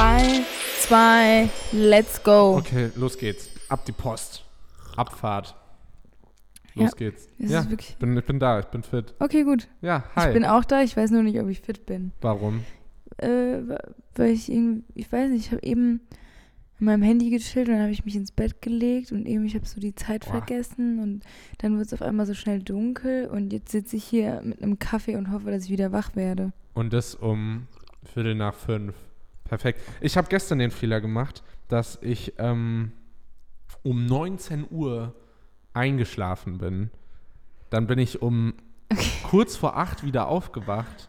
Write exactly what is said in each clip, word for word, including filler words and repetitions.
drei, zwei, let's go. Okay, los geht's. Ab die Post. Abfahrt. Los ja, geht's. Ist ja, es wirklich? Ich, bin, ich bin da, ich bin fit. Okay, gut. Ja, hi. Ich bin auch da, ich weiß nur nicht, ob ich fit bin. Warum? Äh, weil ich irgendwie, ich weiß nicht, ich habe eben in meinem Handy gechillt und dann habe ich mich ins Bett gelegt und eben, ich habe so die Zeit Boah. vergessen und dann wird es auf einmal so schnell dunkel und jetzt sitze ich hier mit einem Kaffee und hoffe, dass ich wieder wach werde. Und das um Viertel nach fünf. Perfekt. Ich habe gestern den Fehler gemacht, dass ich ähm, um neunzehn Uhr eingeschlafen bin. Dann bin ich um Okay. kurz vor acht wieder aufgewacht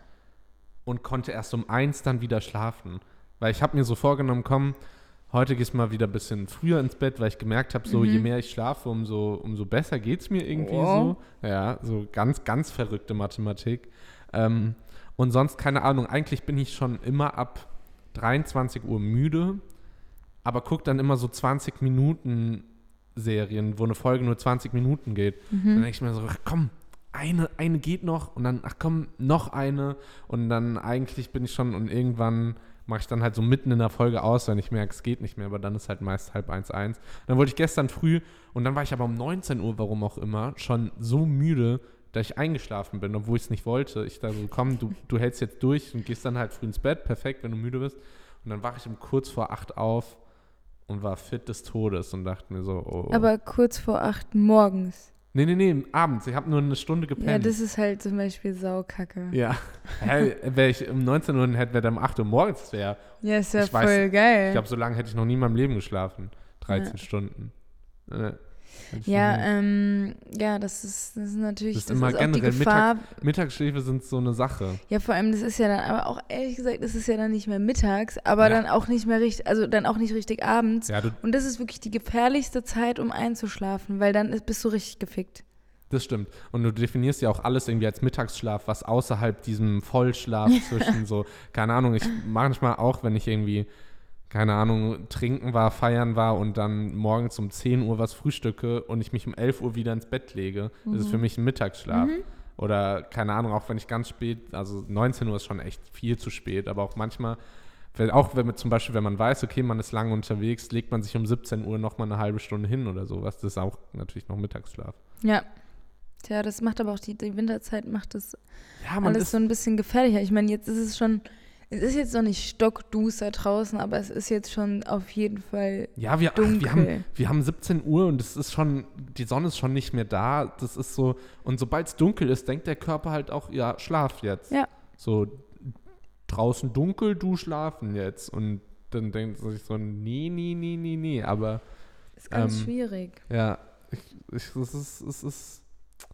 und konnte erst um eins dann wieder schlafen. Weil ich habe mir so vorgenommen, komm, heute gehst du mal wieder ein bisschen früher ins Bett, weil ich gemerkt habe, so Mhm. je mehr ich schlafe, umso, umso besser geht es mir irgendwie Oh. so. Ja, so ganz, ganz verrückte Mathematik. Ähm, und sonst, keine Ahnung, eigentlich bin ich schon immer ab dreiundzwanzig Uhr müde, aber gucke dann immer so zwanzig Minuten Serien, wo eine Folge nur zwanzig Minuten geht. Mhm. Dann denke ich mir so, ach komm, eine, eine geht noch und dann, ach komm, noch eine und dann eigentlich bin ich schon und irgendwann mache ich dann halt so mitten in der Folge aus, wenn ich merke, es geht nicht mehr, aber dann ist halt meist halb eins, eins. Dann wollte ich gestern früh und dann war ich aber um neunzehn Uhr, warum auch immer, schon so müde, dass ich eingeschlafen bin, obwohl ich es nicht wollte. Ich dachte so, komm, du, du hältst jetzt durch und gehst dann halt früh ins Bett, perfekt, wenn du müde bist. Und dann wache ich um kurz vor acht auf und war fit des Todes und dachte mir so, oh. oh. Aber kurz vor acht morgens. Nee, nee, nee, abends. Ich habe nur eine Stunde gepennt. Ja, das ist halt zum Beispiel saukacke. Ja. Hä, wäre ich um neunzehn Uhr hätte, wäre dann um acht Uhr morgens wäre. Ja, ist ja Ich voll weiß, geil. Ich glaube, so lange hätte ich noch nie in meinem Leben geschlafen. dreizehn Ja. Stunden. Äh, hätte ich Ja, noch nie. ähm, ja, das ist, das ist natürlich, Das ist das immer ist auch die generell Gefahr. Mittagsschläfe sind so eine Sache. Ja, vor allem, das ist ja dann, aber auch ehrlich gesagt, das ist ja dann nicht mehr mittags, aber Ja. dann auch nicht mehr richtig, also dann auch nicht richtig abends. Ja, du, Und das ist wirklich die gefährlichste Zeit, um einzuschlafen, weil dann ist, bist du richtig gefickt. das stimmt. Und du definierst ja auch alles irgendwie als Mittagsschlaf, was außerhalb diesem Vollschlaf zwischen so, keine Ahnung, ich manchmal auch, wenn ich irgendwie, keine Ahnung, trinken war, feiern war und dann morgens um zehn Uhr was frühstücke und ich mich um elf Uhr wieder ins Bett lege, Mhm. das ist für mich ein Mittagsschlaf. Mhm. Oder, keine Ahnung, auch wenn ich ganz spät, also neunzehn Uhr ist schon echt viel zu spät, aber auch manchmal, wenn, auch wenn man zum Beispiel, wenn man weiß, okay, man ist lange unterwegs, legt man sich um siebzehn Uhr nochmal eine halbe Stunde hin oder sowas. Das ist auch natürlich noch Mittagsschlaf. Ja. Tja, das macht aber auch die, die Winterzeit, macht das Ja, man alles ist so ein bisschen gefährlicher. Ich meine, jetzt ist es schon, es ist jetzt noch nicht stockduster draußen, aber es ist jetzt schon auf jeden Fall Ja, wir, ach, dunkel. wir, haben, wir haben siebzehn Uhr und es ist schon, die Sonne ist schon nicht mehr da. Das ist so, und sobald es dunkel ist, denkt der Körper halt auch, ja, schlaf jetzt. Ja. So, draußen dunkel, du schlafen jetzt. Und dann denkt man sich so, nee, nee, nee, nee, nee. Aber Ist ganz Ähm, schwierig. ja, ich, ich, es ist, es ist, es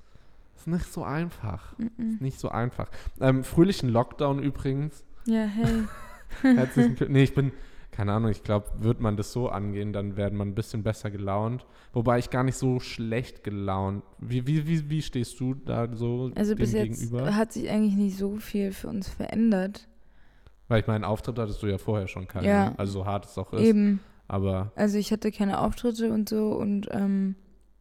ist nicht so einfach. Mhm. Nicht so einfach. Ähm, fröhlichen Lockdown übrigens. Ja, hey. Herzlichen Glückwunsch. Nee, ich bin, keine Ahnung, ich glaube, wird man das so angehen, dann werden man ein bisschen besser gelaunt. Wobei ich gar nicht so schlecht gelaunt. Wie, wie, wie, wie stehst du da so Also dem bis jetzt gegenüber? hat sich eigentlich nicht so viel für uns verändert. Weil ich meinen Auftritt hattest du ja vorher schon keinen. Ja. Also so hart es auch ist. Eben. Aber Also ich hatte keine Auftritte und so und ähm,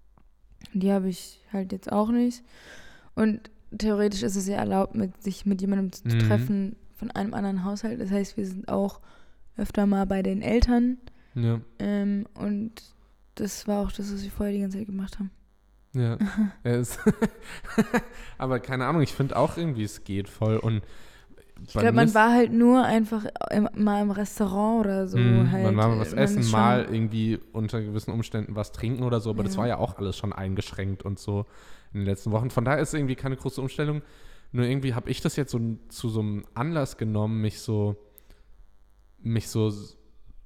die habe ich halt jetzt auch nicht. Und theoretisch ist es ja erlaubt, mit, sich mit jemandem zu Mhm. treffen von einem anderen Haushalt. Das heißt, wir sind auch öfter mal bei den Eltern. ja, Ähm, und das war auch das, was wir vorher die ganze Zeit gemacht haben. ja. Er ist aber keine Ahnung, ich finde auch irgendwie, es geht voll. Und Ich glaube, man war halt nur einfach im, mal im Restaurant oder so. Mhm, halt. man war mal was Man essen, ist schon- mal irgendwie unter gewissen Umständen was trinken oder so, aber das Ja. war ja auch alles schon eingeschränkt und so in den letzten Wochen. Von daher ist es irgendwie keine große Umstellung. Nur irgendwie habe ich das jetzt so zu so einem Anlass genommen, mich so, mich so s-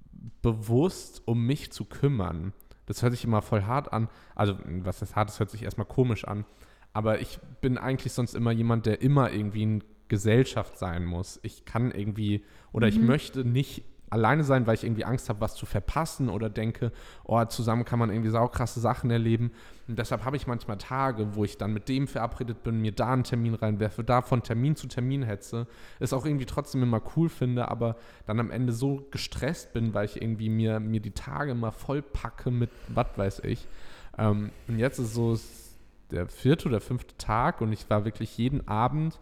bewusst um mich zu kümmern. Das hört sich immer voll hart an. Also, was ist hart, das hört sich erstmal komisch an. Aber ich bin eigentlich sonst immer jemand, der immer irgendwie in Gesellschaft sein muss. Ich kann irgendwie, oder ich Mhm. möchte nicht alleine sein, weil ich irgendwie Angst habe, was zu verpassen oder denke, oh, zusammen kann man irgendwie saukrasse Sachen erleben. Und deshalb habe ich manchmal Tage, wo ich dann mit dem verabredet bin, mir da einen Termin reinwerfe, da von Termin zu Termin hetze, es auch irgendwie trotzdem immer cool finde, aber dann am Ende so gestresst bin, weil ich irgendwie mir, mir die Tage immer voll packe mit was weiß ich. Ähm, und jetzt ist so es der vierte oder fünfte Tag und ich war wirklich jeden Abend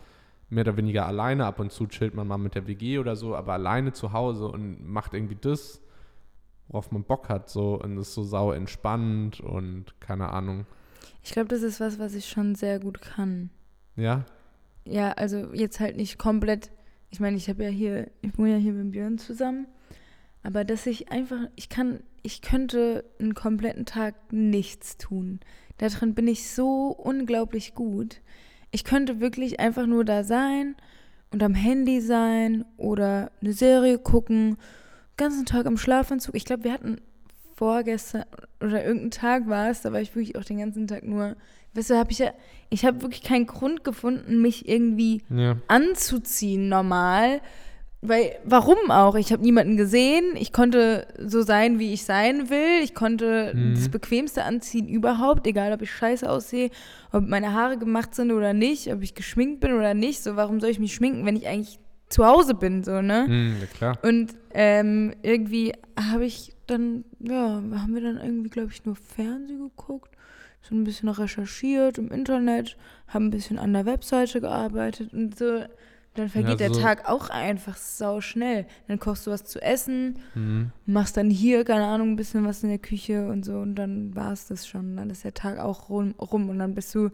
mehr oder weniger alleine. Ab und zu chillt man mal mit der W G oder so, aber alleine zu Hause und macht irgendwie das, worauf man Bock hat, so, und ist so sau entspannt und keine Ahnung. Ich glaube, das ist was, was ich schon sehr gut kann. Ja? Ja, also jetzt halt nicht komplett, ich meine, ich habe ja hier, ich wohne ja hier mit Björn zusammen, aber dass ich einfach, ich kann, ich könnte einen kompletten Tag nichts tun. Da drin bin ich so unglaublich gut. Ich könnte wirklich einfach nur da sein und am Handy sein oder eine Serie gucken, den ganzen Tag im Schlafanzug. Ich glaube, wir hatten vorgestern oder irgendein Tag war es, da war ich wirklich auch den ganzen Tag nur, weißt du, habe ich ja, ich habe wirklich keinen Grund gefunden, mich irgendwie Ja. anzuziehen normal, weil, warum auch? Ich habe niemanden gesehen, ich konnte so sein, wie ich sein will, ich konnte Mhm. das Bequemste anziehen überhaupt, egal ob ich scheiße aussehe, ob meine Haare gemacht sind oder nicht, ob ich geschminkt bin oder nicht, so, warum soll ich mich schminken, wenn ich eigentlich zu Hause bin, so, ne? Mhm, ja, klar. Und ähm, irgendwie habe ich dann, ja, haben wir dann irgendwie, glaube ich, nur Fernsehen geguckt, so ein bisschen recherchiert im Internet, haben ein bisschen an der Webseite gearbeitet und so. Dann vergeht Ja, der so- Tag auch einfach sau schnell. Dann kochst du was zu essen, Mhm. machst dann hier, keine Ahnung, ein bisschen was in der Küche und so und dann war es das schon. Dann ist der Tag auch rum, rum und dann bist du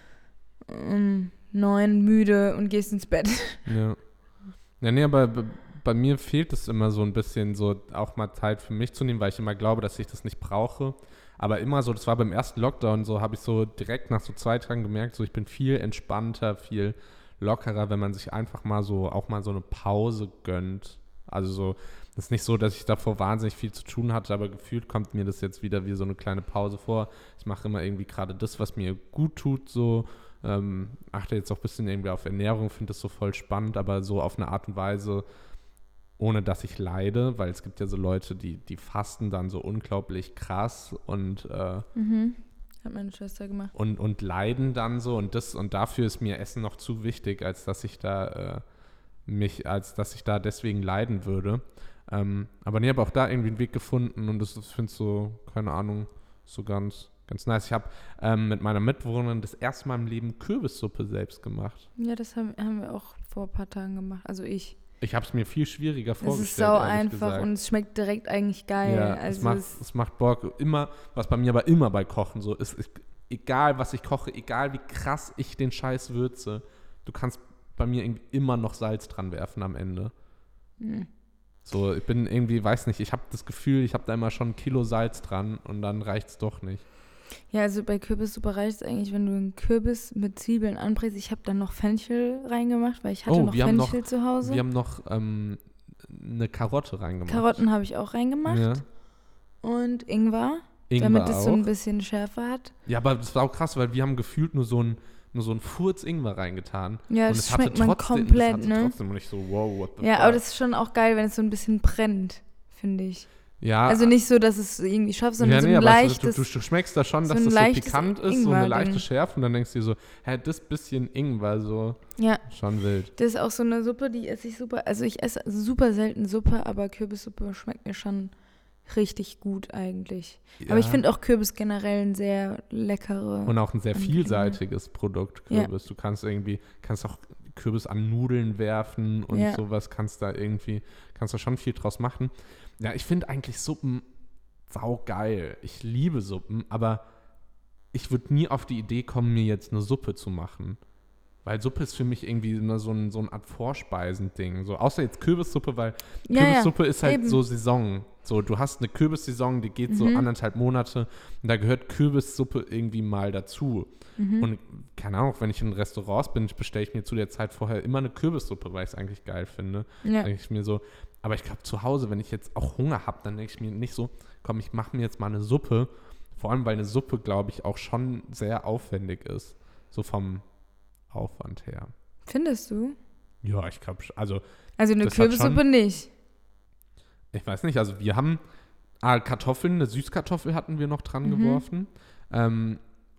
um neun müde und gehst ins Bett. Ja. Ja, nee, aber b- bei mir fehlt es immer so ein bisschen, so auch mal Zeit für mich zu nehmen, weil ich immer glaube, dass ich das nicht brauche. Aber immer so, das war beim ersten Lockdown so, habe ich so direkt nach so zwei Tagen gemerkt, so ich bin viel entspannter, viel lockerer, wenn man sich einfach mal so, auch mal so eine Pause gönnt. Also so, das ist nicht so, dass ich davor wahnsinnig viel zu tun hatte, aber gefühlt kommt mir das jetzt wieder wie so eine kleine Pause vor. Ich mache immer irgendwie gerade das, was mir gut tut, so. Ähm, achte jetzt auch ein bisschen irgendwie auf Ernährung, finde das so voll spannend, aber so auf eine Art und Weise, ohne dass ich leide, weil es gibt ja so Leute, die, die fasten dann so unglaublich krass und, äh, Mhm. Hat meine Schwester gemacht. und, und leiden dann so und das und dafür ist mir Essen noch zu wichtig, als dass ich da äh, mich, als dass ich da deswegen leiden würde. Ähm, aber nee, ich habe auch da irgendwie einen Weg gefunden und das, das finde ich so, keine Ahnung, so ganz, ganz nice. Ich habe ähm, mit meiner Mitbewohnerin das erste Mal im Leben Kürbissuppe selbst gemacht. Ja, das haben, haben wir auch vor ein paar Tagen gemacht. Also ich. Ich habe es mir viel schwieriger Es vorgestellt. ist sau ehrlich einfach gesagt. und es schmeckt direkt eigentlich geil. Ja, also es, macht, es, es macht Bock. Immer, was bei mir aber immer bei Kochen so ist, ist, egal was ich koche, egal wie krass ich den Scheiß würze, du kannst bei mir irgendwie immer noch Salz dran werfen am Ende. mh. So, ich bin irgendwie, weiß nicht, ich habe das Gefühl, ich habe da immer schon ein Kilo Salz dran und dann reicht es doch nicht. Ja, also bei Kürbissuppe reicht es eigentlich, wenn du einen Kürbis mit Zwiebeln anbrätst. Ich habe dann noch Fenchel reingemacht, weil ich hatte Oh, noch wir haben Fenchel noch- zu Hause. Wir haben noch ähm, eine Karotte reingemacht. Karotten habe ich auch reingemacht Ja. und Ingwer, Ingwer damit es auch. so ein bisschen Schärfe hat. Ja, aber das war auch krass, weil wir haben gefühlt nur so ein nur so ein Furz Ingwer reingetan. Ja, und das es hatte schmeckt man trotzdem, komplett, das hatte ne? trotzdem nicht so, wow, what the Ja, fuck. aber das ist schon auch geil, wenn es so ein bisschen brennt, finde ich. ja, Also nicht so, dass es irgendwie scharf, sondern ja, so nee, ein aber leichtes. du, du, du schmeckst da schon, so dass ein das so leichtes pikant ist, so eine Ingwer-Ding. leichte Schärfe und dann denkst du dir so, hä, das bisschen Ingwer, so Ja, schon wild. das ist auch so eine Suppe, die esse ich super. Also ich esse super selten Suppe, aber Kürbissuppe schmeckt mir schon richtig gut eigentlich. Aber ich Ja. finde auch Kürbis generell ein sehr leckere. Und auch ein sehr Anklänge. vielseitiges Produkt, Ja. Kürbis. Du kannst irgendwie, kannst auch Kürbis an Nudeln werfen und Ja. sowas, kannst da irgendwie, kannst da schon viel draus machen. Ja, ich finde eigentlich Suppen saugeil. Ich liebe Suppen, aber ich würde nie auf die Idee kommen, mir jetzt eine Suppe zu machen. Weil Suppe ist für mich irgendwie immer so, ein, so eine Art Vorspeisending. So, außer jetzt Kürbissuppe, weil Ja, Kürbissuppe ja, ist halt eben. so Saison. So, du hast eine Kürbissaison, die geht so Mhm. anderthalb Monate und da gehört Kürbissuppe irgendwie mal dazu. Mhm. Und keine Ahnung, wenn ich in Restaurants bin, bestelle ich mir zu der Zeit vorher immer eine Kürbissuppe, weil ich es eigentlich geil finde. Ja. Denke ich mir so, aber ich glaube zu Hause, wenn ich jetzt auch Hunger habe, dann denke ich mir nicht so, komm, ich mache mir jetzt mal eine Suppe. Vor allem, weil eine Suppe, glaube ich, auch schon sehr aufwendig ist. So vom Aufwand her. Findest du? Ja, ich glaube, also Also eine Das hat Kürbissuppe nicht. ich weiß nicht, also wir haben ah, Kartoffeln, eine Süßkartoffel hatten wir noch dran Mhm. geworfen. Ähm,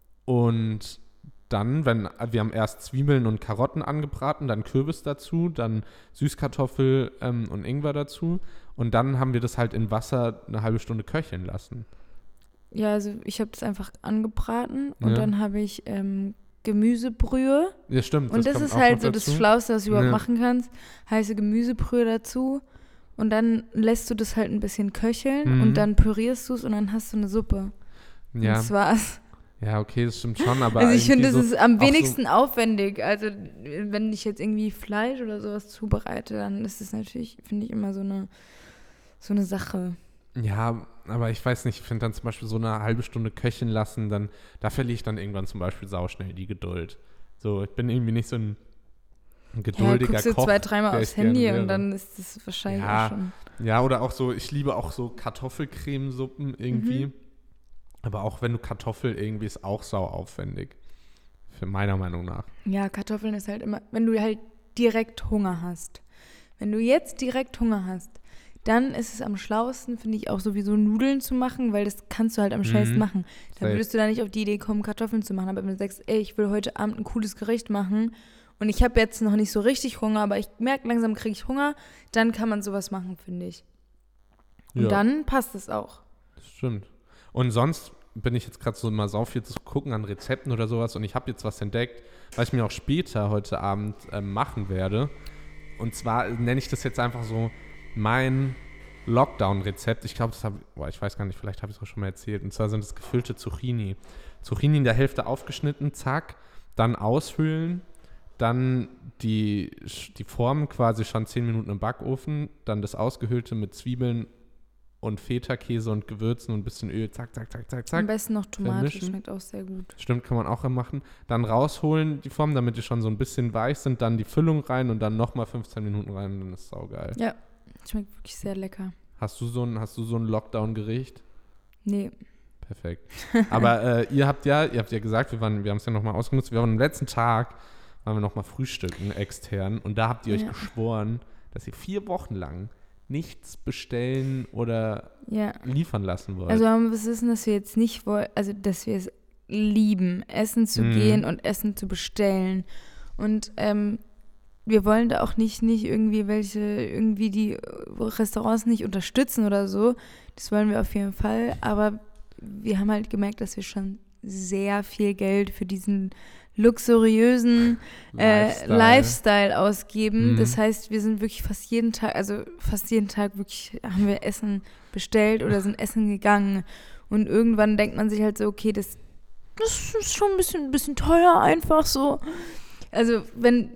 und dann, wenn wir haben erst Zwiebeln und Karotten angebraten, dann Kürbis dazu, dann Süßkartoffel ähm, und Ingwer dazu. Und dann haben wir das halt in Wasser eine halbe Stunde köcheln lassen. Ja, also ich habe das einfach angebraten und Ja. dann habe ich ähm, Gemüsebrühe. Ja, stimmt. Und das, das ist halt so das Schlauste, was du überhaupt ja. machen kannst. Heiße Gemüsebrühe dazu. Und dann lässt du das halt ein bisschen köcheln mhm. und dann pürierst du es und dann hast du eine Suppe. Ja. Und das war's. Ja, okay, das stimmt schon, aber also ich finde, das so ist am wenigsten so aufwendig. Also wenn ich jetzt irgendwie Fleisch oder sowas zubereite, dann ist das natürlich, finde ich, immer so eine, so eine Sache. Ja, aber ich weiß nicht, ich finde dann zum Beispiel so eine halbe Stunde köcheln lassen, dann, da verliere ich dann irgendwann zum Beispiel sauschnell die Geduld. So, ich bin irgendwie nicht so ein, ein geduldiger ja, guckst Koch. Du zwei, dreimal aufs Handy und dann ist das wahrscheinlich ja, auch schon. Ja, oder auch so, ich liebe auch so Kartoffelcremesuppen irgendwie. Mhm. Aber auch wenn du Kartoffel irgendwie ist auch sau aufwendig. Für meiner Meinung nach. Ja, Kartoffeln ist halt immer, wenn du halt direkt Hunger hast. Wenn du jetzt direkt Hunger hast, dann ist es am schlauesten, finde ich, auch sowieso Nudeln zu machen, weil das kannst du halt am schnellsten mhm. machen. Dann würdest du da nicht auf die Idee kommen, Kartoffeln zu machen. Aber wenn du sagst, ey, ich will heute Abend ein cooles Gericht machen und ich habe jetzt noch nicht so richtig Hunger, aber ich merke, langsam kriege ich Hunger, dann kann man sowas machen, finde ich. Und ja. dann passt es auch. Das stimmt. Und sonst bin ich jetzt gerade so mal sau viel zu gucken an Rezepten oder sowas und ich habe jetzt was entdeckt, was ich mir auch später heute Abend äh, machen werde. Und zwar nenne ich das jetzt einfach so mein Lockdown-Rezept. Ich glaube, das habe ich, ich weiß gar nicht, vielleicht habe ich es auch schon mal erzählt. Und zwar sind es gefüllte Zucchini. Zucchini in der Hälfte aufgeschnitten, zack, dann ausfüllen, dann die, die Form quasi schon zehn Minuten im Backofen, dann das Ausgehöhlte mit Zwiebeln und Feta-Käse und Gewürzen und ein bisschen Öl, zack, zack, zack, zack, zack. Am besten noch Tomate, schmeckt auch sehr gut. Stimmt, kann man auch machen. Dann rausholen die Form, damit die schon so ein bisschen weich sind, dann die Füllung rein und dann nochmal fünfzehn Minuten rein und dann ist es saugeil. Ja, schmeckt wirklich sehr lecker. Hast du so ein, hast du so ein Lockdown-Gericht? Nee. Perfekt. Aber äh, ihr habt ja, ihr habt ja gesagt, wir waren, wir haben es ja nochmal ausgenutzt, wir waren am letzten Tag, waren wir nochmal frühstücken extern und da habt ihr euch ja. geschworen, dass ihr vier Wochen lang nichts bestellen oder ja. liefern lassen wollt. Also was ist denn, dass wir jetzt nicht wollen, also dass wir es lieben, essen zu mm. gehen und Essen zu bestellen. Und ähm, wir wollen da auch nicht, nicht irgendwie welche, irgendwie die Restaurants nicht unterstützen oder so. Das wollen wir auf jeden Fall. Aber wir haben halt gemerkt, dass wir schon sehr viel Geld für diesen luxuriösen äh, Lifestyle. Lifestyle ausgeben. Mhm. Das heißt, wir sind wirklich fast jeden Tag, also fast jeden Tag wirklich haben wir Essen bestellt oder sind essen gegangen. Und irgendwann denkt man sich halt so, okay, das, das ist schon ein bisschen, ein bisschen teuer einfach so. Also wenn,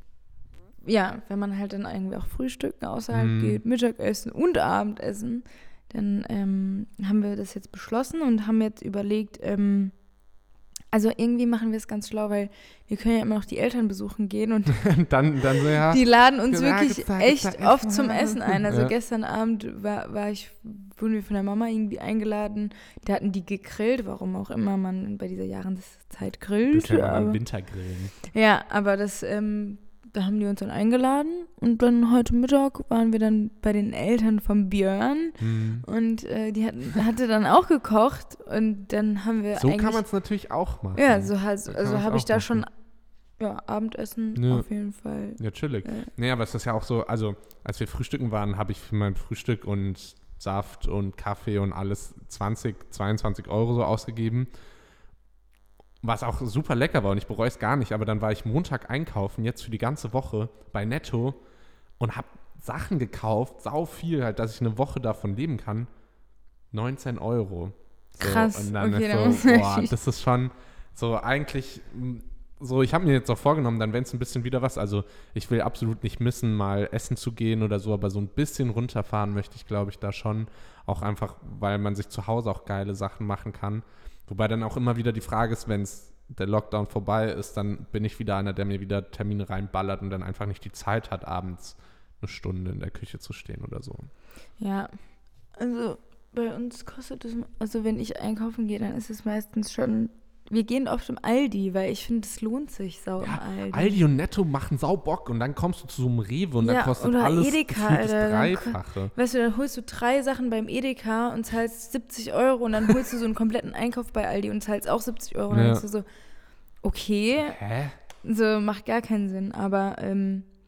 ja, wenn man halt dann irgendwie auch frühstücken außerhalb mhm. geht, Mittagessen und Abendessen, dann ähm, haben wir das jetzt beschlossen und haben jetzt überlegt, ähm, also irgendwie machen wir es ganz schlau, weil wir können ja immer noch die Eltern besuchen gehen und dann, dann so, ja, die laden uns ja, wirklich gesagt, echt gesagt, oft Essen. zum Essen ein. Also ja. gestern Abend war, war ich, wurden wir von der Mama irgendwie eingeladen, da hatten die gegrillt, warum auch immer man bei dieser Jahreszeit grillt. Das ist ja aber Wintergrillen. Ja, aber das, ähm, da haben die uns dann eingeladen und dann heute Mittag waren wir dann bei den Eltern von Björn mhm. und äh, die hatten, hatte dann auch gekocht und dann haben wir so eigentlich... So kann man es natürlich auch machen. Ja, so, halt, so also habe ich da machen. schon ja, Abendessen ja. auf jeden Fall. Ja, chillig. Ja. Nee, aber es ist ja auch so, also als wir frühstücken waren, habe ich für mein Frühstück und Saft und Kaffee und alles zwanzig, zweiundzwanzig Euro so ausgegeben. Was auch super lecker war und ich bereue es gar nicht, aber dann war ich Montag einkaufen, jetzt für die ganze Woche bei Netto und habe Sachen gekauft, sau viel halt, dass ich eine Woche davon leben kann. neunzehn Euro. So, krass, und dann okay, ist so, boah, das ist schon so eigentlich, so ich habe mir jetzt auch vorgenommen, dann wenn es ein bisschen wieder was, also ich will absolut nicht missen, mal essen zu gehen oder so, aber so ein bisschen runterfahren möchte ich, glaube ich, da schon, auch einfach, weil man sich zu Hause auch geile Sachen machen kann. Wobei dann auch immer wieder die Frage ist, wenn es der Lockdown vorbei ist, dann bin ich wieder einer, der mir wieder Termine reinballert und dann einfach nicht die Zeit hat, abends eine Stunde in der Küche zu stehen oder so. Ja, also bei uns kostet es, also wenn ich einkaufen gehe, dann ist es meistens schon, wir gehen oft im Aldi, weil ich finde, es lohnt sich sau ja, im Aldi. Aldi und Netto machen sau Bock und dann kommst du zu so einem Rewe und ja, dann kostet oder alles Edeka, das Alter, Dreifache. Dann, weißt du, dann holst du drei Sachen beim Edeka und zahlst siebzig Euro und dann holst du so einen kompletten Einkauf bei Aldi und zahlst auch siebzig Euro und dann ja. denkst du so, okay, Hä? so macht gar keinen Sinn, aber ähm,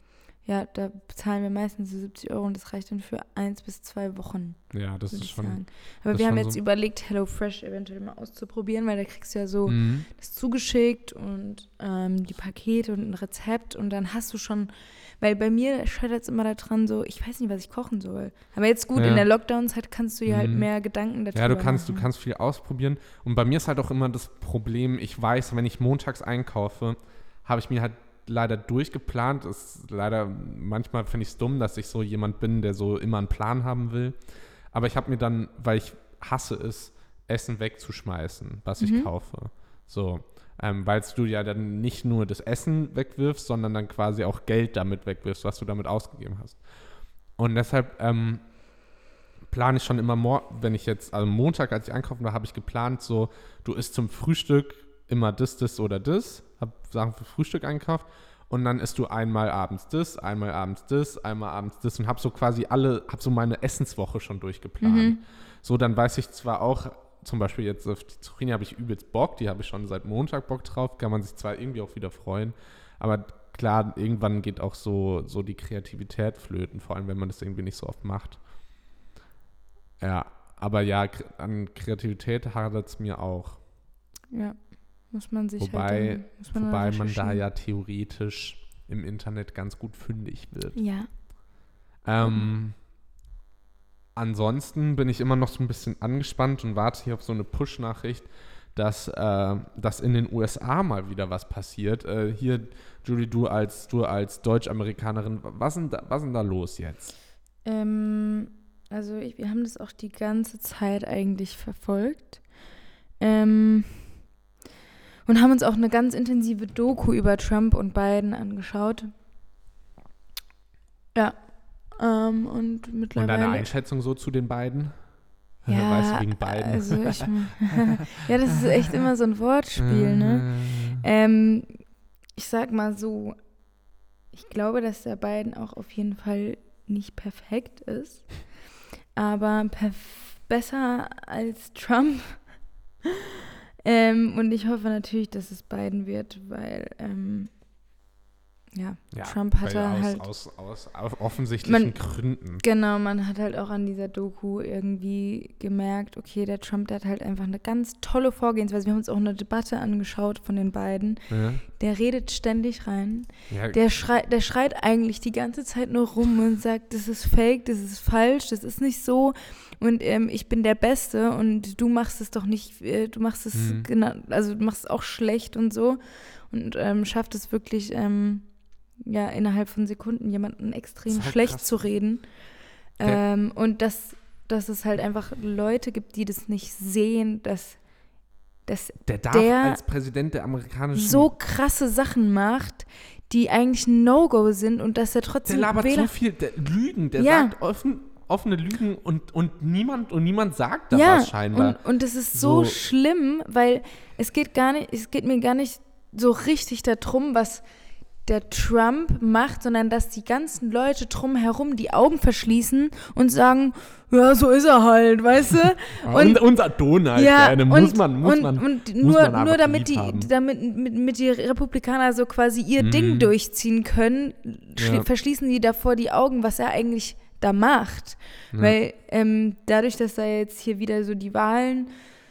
ja, da bezahlen wir meistens so siebzig Euro und das reicht dann für eins bis zwei Wochen. Ja, das ist schon. Sagen. Aber wir haben jetzt so überlegt, HelloFresh eventuell mal auszuprobieren, weil da kriegst du ja so mhm. das zugeschickt und ähm, die Pakete und ein Rezept und dann hast du schon, weil bei mir scheitert es immer daran so, ich weiß nicht, was ich kochen soll. Aber jetzt gut, ja. in der Lockdown-Zeit kannst du ja mhm. halt mehr Gedanken dazu Ja, du kannst, machen. du kannst viel ausprobieren und bei mir ist halt auch immer das Problem, ich weiß, wenn ich montags einkaufe, habe ich mir halt leider durchgeplant. Ist leider, manchmal finde ich es dumm, dass ich so jemand bin, der so immer einen Plan haben will. Aber ich habe mir dann, weil ich hasse es, Essen wegzuschmeißen, was mhm. ich kaufe. So, ähm, weil du ja dann nicht nur das Essen wegwirfst, sondern dann quasi auch Geld damit wegwirfst, was du damit ausgegeben hast. Und deshalb ähm, plane ich schon immer, mor- wenn ich jetzt, also Montag, als ich einkaufen war, habe ich geplant, so, du isst zum Frühstück immer das, das oder das, habe Sachen für Frühstück einkauft und dann isst du einmal abends das, einmal abends das, einmal abends das und habe so quasi alle, habe so meine Essenswoche schon durchgeplant. Mhm. So, dann weiß ich zwar auch, zum Beispiel jetzt auf die Zucchini habe ich übelst Bock, die habe ich schon seit Montag Bock drauf, kann man sich zwar irgendwie auch wieder freuen, aber klar, irgendwann geht auch so, so die Kreativität flöten, vor allem wenn man das irgendwie nicht so oft macht. Ja, aber ja, an Kreativität hadert es mir auch. Ja. Muss man sich wobei, halt dann, muss man wobei man da ja theoretisch im Internet ganz gut fündig wird. Ja. Ähm, mhm. Ansonsten bin ich immer noch so ein bisschen angespannt und warte hier auf so eine Push-Nachricht, dass, äh, dass in den U S A mal wieder was passiert. Äh, hier, Julie, du als, du als Deutsch-Amerikanerin, was ist da, was ist denn da los jetzt? Ähm, also ich, wir haben das auch die ganze Zeit eigentlich verfolgt. Ähm... Und haben uns auch eine ganz intensive Doku über Trump und Biden angeschaut. Ja. Ähm, und mittlerweile. Und deine Einschätzung so zu den beiden? Ja, weißt du, wegen beiden. Also ich, ja, das ist echt immer so ein Wortspiel, ne? ähm, ich sag mal so, ich glaube, dass der Biden auch auf jeden Fall nicht perfekt ist. Aber perf- besser als Trump. Ähm, und ich hoffe natürlich, dass es Biden wird, weil ähm, ja, ja, Trump hat er halt aus, aus, aus offensichtlichen man, Gründen. Genau, man hat halt auch an dieser Doku irgendwie gemerkt, okay, der Trump, der hat halt einfach eine ganz tolle Vorgehensweise. Wir haben uns auch eine Debatte angeschaut von den beiden. Ja. Der redet ständig rein. Ja. Der schreit, der schreit eigentlich die ganze Zeit nur rum und sagt, das ist fake, das ist falsch, das ist nicht so. Und ähm, ich bin der Beste und du machst es doch nicht, äh, du machst es mhm. genau, also du machst es auch schlecht und so. Und ähm, schafft es wirklich, ähm, ja, innerhalb von Sekunden jemanden extrem halt schlecht krass. zu reden. Ähm, und dass, dass es halt einfach Leute gibt, die das nicht sehen, dass, dass der darf der als Präsident der amerikanischen so krasse Sachen macht, die eigentlich ein No-Go sind und dass er trotzdem der labert Wähler- so viel, der Lügen, der ja. sagt offen, offene Lügen und, und niemand und niemand sagt da ja, was scheinbar. Und, und das ist so, so schlimm, weil es geht gar nicht, es geht mir gar nicht so richtig darum, was der Trump macht, sondern dass die ganzen Leute drumherum die Augen verschließen und sagen, ja, so ist er halt, weißt du? Und, und unser Donald, ja, gerne, und, muss man, muss und, man, und muss nur, man nur damit die, damit mit, mit die Republikaner so quasi ihr mm. Ding durchziehen können, schli- ja. verschließen die davor die Augen, was er eigentlich da macht. Ja. Weil ähm, dadurch, dass da jetzt hier wieder so die Wahlen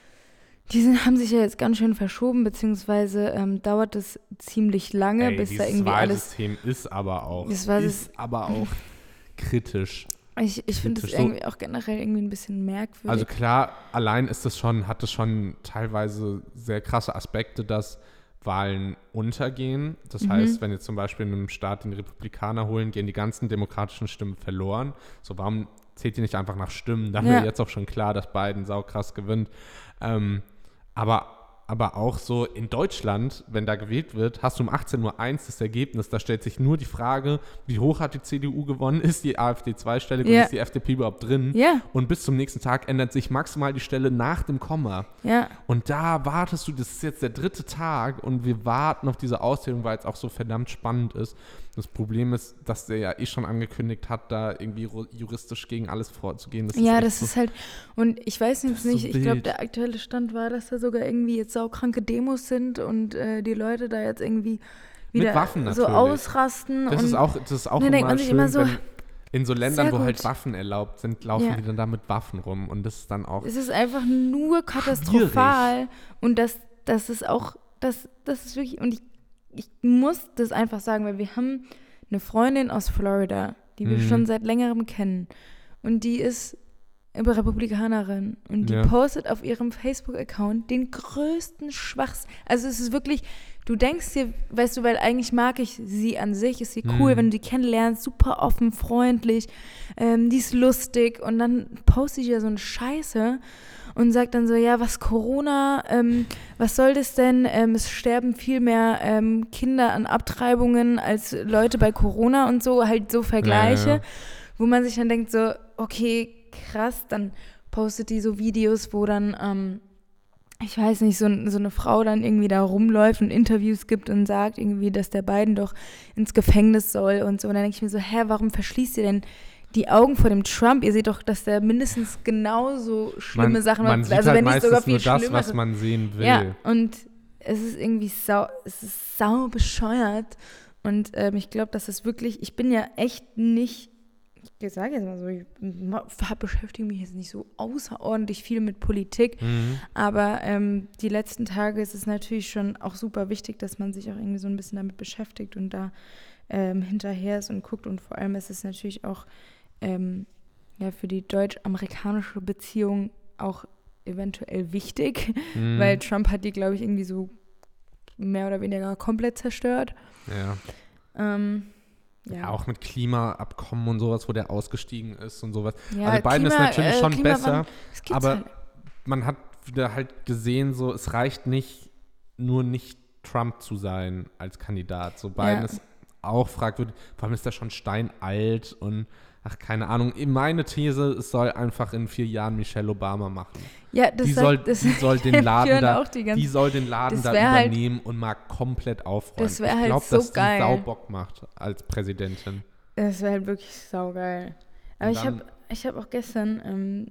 Die sind, haben sich ja jetzt ganz schön verschoben, beziehungsweise ähm, dauert es ziemlich lange, Ey, bis da irgendwie alles... Wahlsystem ist aber auch, das war ist das, aber auch kritisch. Ich, ich finde das irgendwie auch generell irgendwie ein bisschen merkwürdig. Also klar, allein ist es schon, hat es schon teilweise sehr krasse Aspekte, dass Wahlen untergehen. Das mhm. heißt, wenn jetzt zum Beispiel in einem Staat den Republikaner holen, gehen die ganzen demokratischen Stimmen verloren. So, warum zählt ihr nicht einfach nach Stimmen? Da haben ja. wir jetzt auch schon klar, dass Biden saukrass gewinnt. Ähm, aber, aber auch so in Deutschland, wenn da gewählt wird, hast du um achtzehn Uhr eins das Ergebnis. Da stellt sich nur die Frage, wie hoch hat die C D U gewonnen? Ist die AfD zweistellig ja. und ist die F D P überhaupt drin? Ja. Und bis zum nächsten Tag ändert sich maximal die Stelle nach dem Komma. Ja. Und da wartest du, das ist jetzt der dritte Tag und wir warten auf diese Auszählung, weil es auch so verdammt spannend ist. Das Problem ist, dass der ja eh schon angekündigt hat, da irgendwie juristisch gegen alles vorzugehen. Das ja, ist das so, ist halt, und ich weiß jetzt nicht, so ich glaube, der aktuelle Stand war, dass da sogar irgendwie jetzt saukranke Demos sind und äh, die Leute da jetzt irgendwie wieder Mit Waffen natürlich. so ausrasten. Das und ist auch, das ist auch immer immer schön, immer so, wenn in so Ländern, wo gut. halt Waffen erlaubt sind, laufen ja. die dann da mit Waffen rum. Und das ist dann auch Es ist einfach nur katastrophal. schwierig. Und das, das ist auch, das, das ist wirklich, und ich, ich muss das einfach sagen, weil wir haben eine Freundin aus Florida, die wir Mhm. schon seit längerem kennen. Und die ist Republikanerin. Und die Ja. postet auf ihrem Facebook-Account den größten Schwachs. Also es ist wirklich, du denkst dir, weißt du, weil eigentlich mag ich sie an sich, ist sie cool, Mhm. wenn du die kennenlernst, super offen, freundlich, ähm, die ist lustig und dann postet die ja so eine Scheiße und sagt dann so, ja, was Corona, ähm, was soll das denn? Ähm, es sterben viel mehr ähm, Kinder an Abtreibungen als Leute bei Corona und so, halt so Vergleiche, Ja, ja. wo man sich dann denkt so, okay, krass, dann postet die so Videos, wo dann, ähm, ich weiß nicht, so, so eine Frau dann irgendwie da rumläuft und Interviews gibt und sagt irgendwie, dass der Biden doch ins Gefängnis soll und so. Und dann denke ich mir so, hä, warum verschließt ihr denn die Augen vor dem Trump? Ihr seht doch, dass der mindestens genauso schlimme Man, Sachen man macht. sieht Also halt wenn nicht meistens sogar viel nur das, schlimmer. was man sehen will. Ja, und es ist irgendwie sau, es ist sau bescheuert. Und ähm, ich glaube, dass es wirklich, ich bin ja echt nicht, ich sage jetzt mal so, ich beschäftige mich jetzt nicht so außerordentlich viel mit Politik, Mhm. aber ähm, die letzten Tage ist es natürlich schon auch super wichtig, dass man sich auch irgendwie so ein bisschen damit beschäftigt und da ähm, hinterher ist und guckt. Und vor allem ist es natürlich auch ähm, ja, für die deutsch-amerikanische Beziehung auch eventuell wichtig, Mhm. weil Trump hat die, glaube ich, irgendwie so mehr oder weniger komplett zerstört. Ja. Ähm, Ja. ja. Auch mit Klimaabkommen und sowas, wo der ausgestiegen ist und sowas. Ja, also Biden ist Klima- natürlich äh, schon Klimawandel, besser, das gibt's aber halt. man hat wieder halt gesehen, so es reicht nicht, nur nicht Trump zu sein als Kandidat. So Biden Ja. ist auch fragwürdig, vor allem ist er schon steinalt und ach, keine Ahnung. Meine These, es soll einfach in vier Jahren Michelle Obama machen. Ja, das Die sagt, soll, das die soll den Laden Björn da, auch die ganze die soll den Laden Das da wär halt- übernehmen und mal komplett aufräumen. Das wär ich halt glaube, so dass geil. die Sau Bock macht als Präsidentin. Das wäre halt wirklich saugeil. Aber Und ich dann- habe ich hab auch gestern ähm,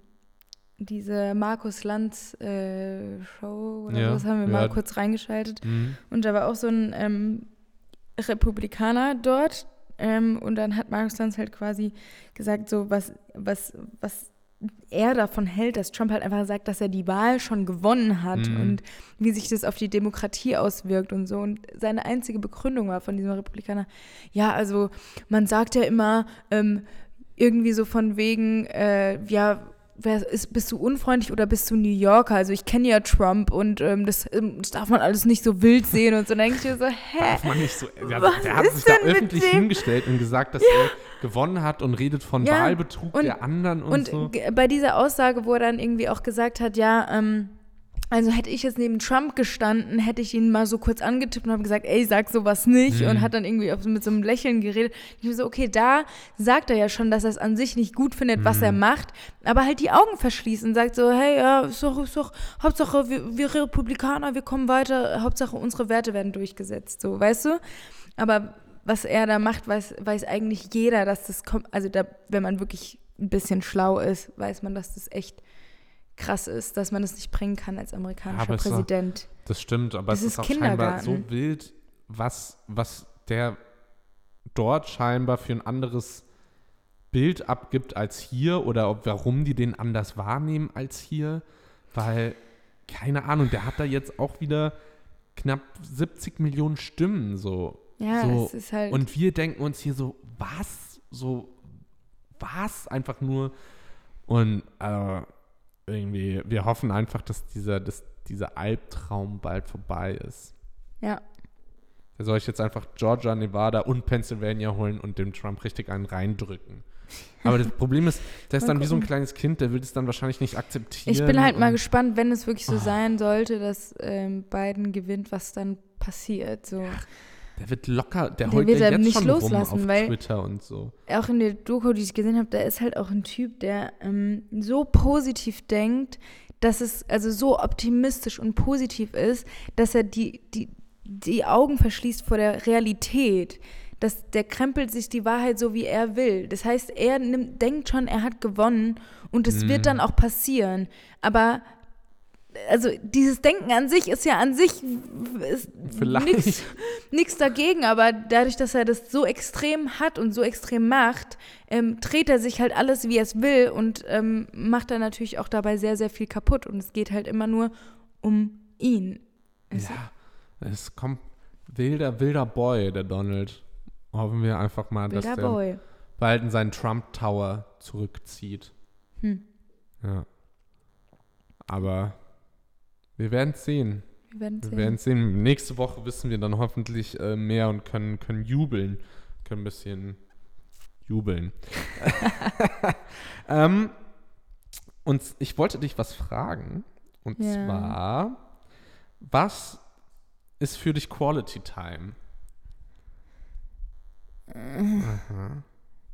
diese Markus Lanz äh, Show oder Ja, sowas haben wir mal ja. kurz reingeschaltet. Mhm. Und da war auch so ein ähm, Republikaner dort. Ähm, und dann hat Markus Lanz halt quasi gesagt, so was, was, was er davon hält, dass Trump halt einfach sagt, dass er die Wahl schon gewonnen hat Mhm. und wie sich das auf die Demokratie auswirkt und so. Und seine einzige Begründung war von diesem Republikaner, ja, also man sagt ja immer ähm, irgendwie so von wegen, äh, ja, wer ist, bist du unfreundlich oder bist du New Yorker? Also ich kenne ja Trump und ähm, das, ähm, das darf man alles nicht so wild sehen und so. Dann denke ich mir so, hä? Darf man nicht so. Der, Was der hat ist sich da denn mit öffentlich dem? hingestellt und gesagt, dass er gewonnen hat und redet von Ja, Wahlbetrug und- der anderen und, Und so. g- bei dieser Aussage, wo er dann irgendwie auch gesagt hat, ja, ähm, also hätte ich jetzt neben Trump gestanden, hätte ich ihn mal so kurz angetippt und habe gesagt, ey, sag sowas nicht Mhm. und hat dann irgendwie auf, mit so einem Lächeln geredet. Ich bin so, okay, da sagt er ja schon, dass er es an sich nicht gut findet, was Mhm. er macht, aber halt die Augen verschließen und sagt so, hey, ja, ist doch, ist doch, Hauptsache wir, wir Republikaner, wir kommen weiter, Hauptsache unsere Werte werden durchgesetzt, so, weißt du? Aber was er da macht, weiß, weiß eigentlich jeder, dass das kommt, also da, wenn man wirklich ein bisschen schlau ist, weiß man, dass das echt krass ist, dass man das nicht bringen kann als amerikanischer Aber es ist doch- Präsident. Das stimmt, aber Das es ist ist auch scheinbar so Kindergarten. wild, was, was der dort scheinbar für ein anderes Bild abgibt als hier oder ob, warum die den anders wahrnehmen als hier, weil, keine Ahnung, der hat da jetzt auch wieder knapp siebzig Millionen Stimmen so. Ja, so. es ist halt. Und wir denken uns hier so, was? So, was? Einfach nur. Und äh, irgendwie, wir hoffen einfach, dass dieser, dass dieser Albtraum bald vorbei ist. ja. Da soll ich jetzt einfach Georgia, Nevada und Pennsylvania holen und dem Trump richtig einen reindrücken. Aber das Problem ist, der ist Mal dann wie so ein gucken. kleines Kind, der will es dann wahrscheinlich nicht akzeptieren. Ich bin halt mal und- gespannt, wenn es wirklich so Oh. sein sollte, dass ähm, Biden gewinnt, was dann passiert. So. Der wird locker, der, Der heult wird ja er jetzt nicht schon loslassen, rum auf weil- Twitter und so. Auch in der Doku, die ich gesehen habe, da ist halt auch ein Typ, der ähm, so positiv denkt, dass es also so optimistisch und positiv ist, dass er die, die, die Augen verschließt vor der Realität. Dass der krempelt sich die Wahrheit so, wie er will. Das heißt, er nimmt, denkt schon, er hat gewonnen und es Mhm. wird dann auch passieren. Aber also dieses Denken an sich ist ja an sich nichts dagegen, aber dadurch, dass er das so extrem hat und so extrem macht, ähm, dreht er sich halt alles, wie er es will und ähm, macht dann natürlich auch dabei sehr, sehr viel kaputt und es geht halt immer nur um ihn. Ja, es kommt wilder, wilder Boy, der Donald. Hoffen wir einfach mal, wilder dass der Boy. bald in seinen Trump Tower zurückzieht. Hm. Ja. Aber wir werden es sehen. Wir werden wir sehen. werden sehen. Nächste Woche wissen wir dann hoffentlich äh, mehr und können, können jubeln. Können ein bisschen jubeln. ähm, und ich wollte dich was fragen. Und ja. zwar, was ist für dich Quality Time? Aha.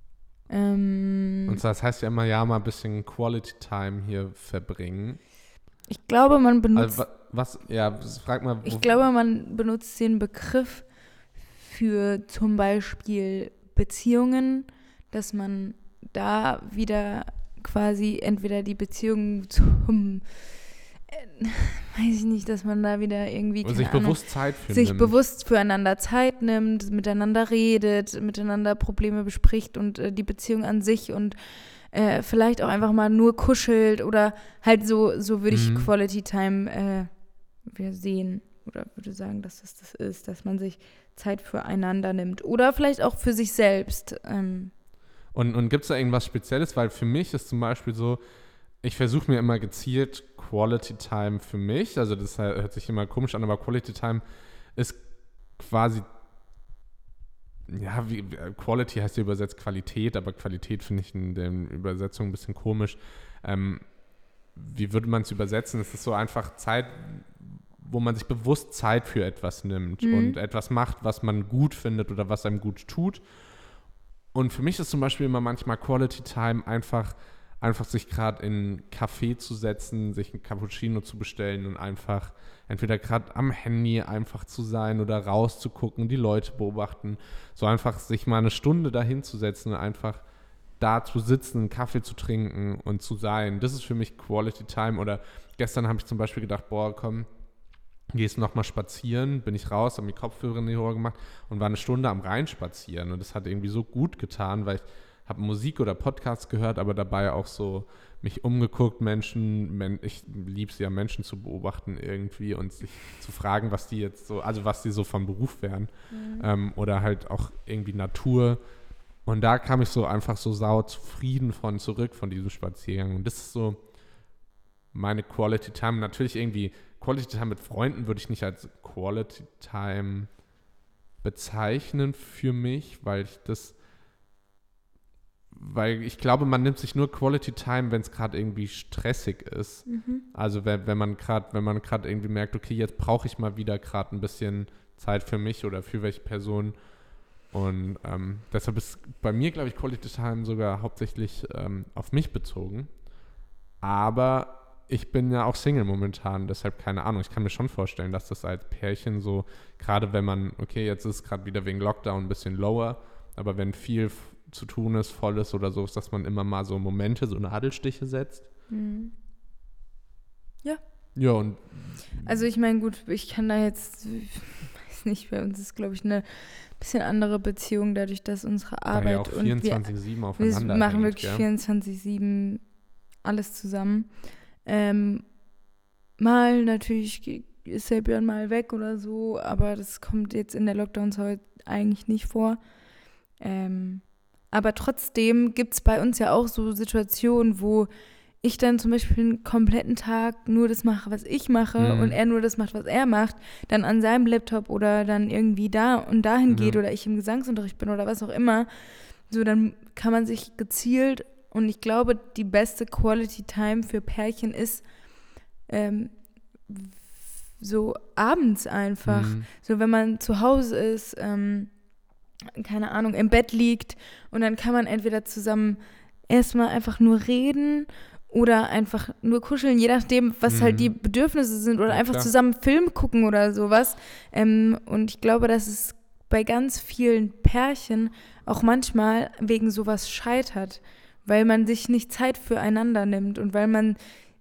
Ähm, Und zwar, das heißt ja immer, ja, mal ein bisschen Quality Time hier verbringen. Ich glaube, man benutzt. Also, was, ja, frag mal. Ich glaube, man benutzt den Begriff für zum Beispiel Beziehungen, dass man da wieder quasi entweder die Beziehung zum, äh, weiß ich nicht, dass man da wieder irgendwie Und sich Ahnung, bewusst Zeit für sich nimmt. bewusst füreinander Zeit nimmt, miteinander redet, miteinander Probleme bespricht und äh, die Beziehung an sich und äh, vielleicht auch einfach mal nur kuschelt oder halt so, so würde ich Mhm. Quality Time äh, wir sehen oder würde sagen, dass das das ist, dass man sich Zeit füreinander nimmt oder vielleicht auch für sich selbst. Ähm. Und, und gibt es da irgendwas Spezielles? Weil für mich ist zum Beispiel so, ich versuche mir immer gezielt Quality Time für mich, also das hört sich immer komisch an, aber Quality Time ist quasi, ja, wie, Quality heißt ja übersetzt Qualität, aber Qualität finde ich in der Übersetzung ein bisschen komisch. Ähm, wie würde man es übersetzen? Es ist so einfach Zeit, wo man sich bewusst Zeit für etwas nimmt Mhm. und etwas macht, was man gut findet oder was einem gut tut. Und für mich ist zum Beispiel immer manchmal Quality Time einfach, einfach sich gerade in einen Café zu setzen, sich einen Cappuccino zu bestellen und einfach entweder gerade am Handy einfach zu sein oder rauszugucken, die Leute beobachten. So einfach sich mal eine Stunde dahin zu setzen und einfach da zu sitzen, einen Kaffee zu trinken und zu sein. Das ist für mich Quality Time. Oder gestern habe ich zum Beispiel gedacht, boah, komm, gehst du noch mal spazieren, bin ich raus, habe mir Kopfhörer in die Ohren gemacht und war eine Stunde am Rhein spazieren. Und das hat irgendwie so gut getan, weil ich habe Musik oder Podcasts gehört, aber dabei auch so mich umgeguckt, Menschen, men, ich liebe es ja, Menschen zu beobachten irgendwie und sich zu fragen, was die jetzt so, also was die so vom Beruf wären. Mhm. Ähm, oder halt auch irgendwie Natur. Und da kam ich so einfach so sau zufrieden von zurück von diesem Spaziergang. Und das ist so meine Quality Time. Natürlich irgendwie Quality Time mit Freunden würde ich nicht als Quality Time bezeichnen für mich, weil ich das, weil ich glaube, man nimmt sich nur Quality Time, wenn es gerade irgendwie stressig ist. Mhm. Also wenn, wenn man gerade, wenn man gerade irgendwie merkt, okay, jetzt brauche ich mal wieder gerade ein bisschen Zeit für mich oder für welche Person. Und ähm, deshalb ist bei mir, glaube ich, Quality Time sogar hauptsächlich ähm, auf mich bezogen. Aber ich bin ja auch Single momentan, deshalb keine Ahnung. Ich kann mir schon vorstellen, dass das als Pärchen so, gerade wenn man, okay, jetzt ist es gerade wieder wegen Lockdown ein bisschen lower, aber wenn viel f- zu tun ist, voll ist oder so, ist, dass man immer mal so Momente, so Nadelstiche setzt. Mhm. Ja. Ja, und also ich meine, gut, ich kann da jetzt, ich weiß nicht, bei uns ist, glaube ich, eine bisschen andere Beziehung, dadurch, dass unsere Arbeit ja auch vierundzwanzig sieben und aufeinander wir machen hängt, wirklich ja? vierundzwanzig sieben alles zusammen. Ähm, mal natürlich ist der Björn mal weg oder so, aber das kommt jetzt in der Lockdown-Zeit eigentlich nicht vor. Ähm, aber trotzdem gibt es bei uns ja auch so Situationen, wo ich dann zum Beispiel einen kompletten Tag nur das mache, was ich mache Mhm. und er nur das macht, was er macht, dann an seinem Laptop oder dann irgendwie da und dahin Mhm. geht oder ich im Gesangsunterricht bin oder was auch immer. So, dann kann man sich gezielt, und ich glaube, die beste Quality Time für Pärchen ist ähm, so abends einfach. Mhm. So, wenn man zu Hause ist, ähm, keine Ahnung, im Bett liegt und dann kann man entweder zusammen erstmal einfach nur reden oder einfach nur kuscheln, je nachdem, was Mhm. halt die Bedürfnisse sind oder Ja, einfach klar. zusammen Film gucken oder sowas. Ähm, und ich glaube, dass es bei ganz vielen Pärchen auch manchmal wegen sowas scheitert, weil man sich nicht Zeit füreinander nimmt und weil man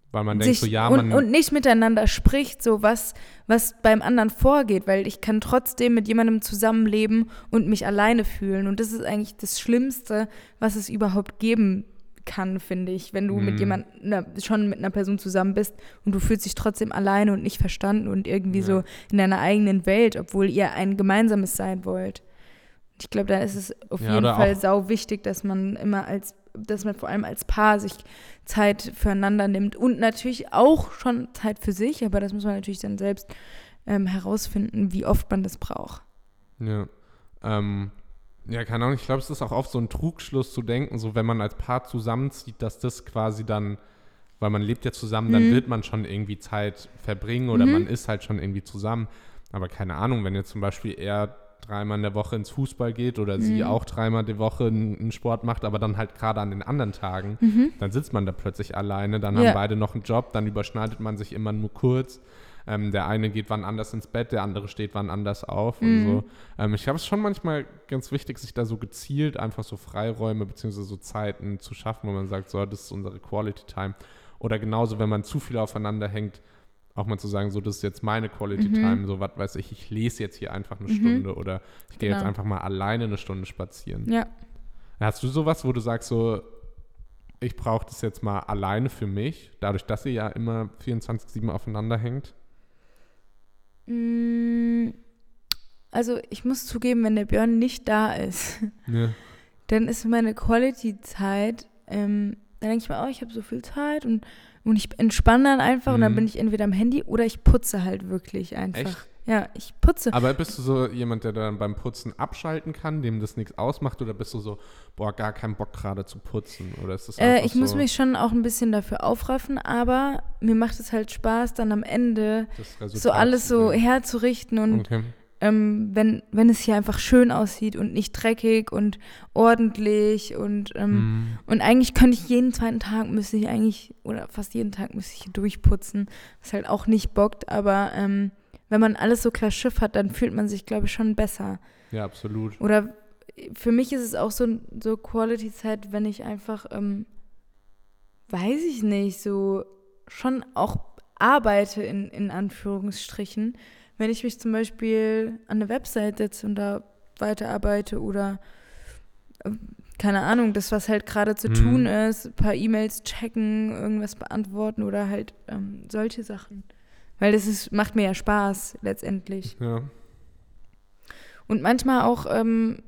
Weil man denkt sich so, ja, und, man... und nicht miteinander spricht, so was, was beim anderen vorgeht, weil ich kann trotzdem mit jemandem zusammenleben und mich alleine fühlen. Und das ist eigentlich das Schlimmste, was es überhaupt geben kann, finde ich, wenn du Mhm. mit jemandem, schon mit einer Person zusammen bist und du fühlst dich trotzdem alleine und nicht verstanden und irgendwie Ja. so in deiner eigenen Welt, obwohl ihr ein gemeinsames sein wollt. Ich glaube, da ist es auf Ja, jeden oder Fall auch- sau wichtig, dass man immer als, dass man vor allem als Paar sich Zeit füreinander nimmt und natürlich auch schon Zeit für sich, aber das muss man natürlich dann selbst ähm, herausfinden, wie oft man das braucht. Ja, ähm, ja, keine Ahnung, ich glaube, es ist auch oft so ein Trugschluss zu denken, so wenn man als Paar zusammenzieht, dass das quasi dann, weil man lebt ja zusammen, dann Mhm. wird man schon irgendwie Zeit verbringen oder Mhm. man ist halt schon irgendwie zusammen. Aber keine Ahnung, wenn jetzt zum Beispiel er dreimal in der Woche ins Fußball geht oder sie Mhm. auch dreimal die Woche einen Sport macht, aber dann halt gerade an den anderen Tagen, Mhm. dann sitzt man da plötzlich alleine, dann Ja. haben beide noch einen Job, dann überschneidet man sich immer nur kurz. Ähm, der eine geht wann anders ins Bett, der andere steht wann anders auf und Mhm. so. Ähm, ich glaube, es ist schon manchmal ganz wichtig, sich da so gezielt einfach so Freiräume bzw. so Zeiten zu schaffen, wo man sagt, so, das ist unsere Quality Time. Oder genauso, wenn man zu viel aufeinander hängt, auch mal zu sagen, so, das ist jetzt meine Quality Mhm. Time, so, was weiß ich, ich lese jetzt hier einfach eine Mhm. Stunde oder ich gehe jetzt Genau. einfach mal alleine eine Stunde spazieren. Ja. Hast du sowas, wo du sagst, so, ich brauche das jetzt mal alleine für mich, dadurch, dass ihr ja immer vierundzwanzig sieben aufeinander hängt? Mm, Also ich muss zugeben, wenn der Björn nicht da ist, Ja. dann ist meine Quality-Zeit, ähm, dann denke ich mir, oh, ich habe so viel Zeit und, und ich entspanne dann einfach und dann Mhm. bin ich entweder am Handy oder ich putze halt wirklich einfach. Echt? Ja, ich putze. Aber bist du so jemand, der dann beim Putzen abschalten kann, dem das nichts ausmacht, oder bist du so, boah, gar keinen Bock gerade zu putzen? Oder ist das Äh, einfach ich so, muss mich schon auch ein bisschen dafür aufraffen, aber mir macht es halt Spaß, dann am Ende das Resultat so alles zu so sehen? herzurichten und Okay. ähm, wenn, wenn es hier einfach schön aussieht und nicht dreckig und ordentlich und, ähm, Mhm. und eigentlich könnte ich jeden zweiten Tag müsste ich eigentlich, oder fast jeden Tag müsste ich hier durchputzen, was halt auch nicht bockt, aber ähm, wenn man alles so klar Schiff hat, dann fühlt man sich, glaube ich, schon besser. Ja, absolut. Oder für mich ist es auch so, so Quality-Zeit, wenn ich einfach, ähm, weiß ich nicht, so schon auch arbeite in, in Anführungsstrichen. Wenn ich mich zum Beispiel an eine Website setze und da weiterarbeite oder äh, keine Ahnung, das, was halt gerade zu Mhm. tun ist, ein paar E-Mails checken, irgendwas beantworten oder halt ähm, solche Sachen. Weil das ist, macht mir ja Spaß letztendlich. Ja. Und manchmal auch ähm,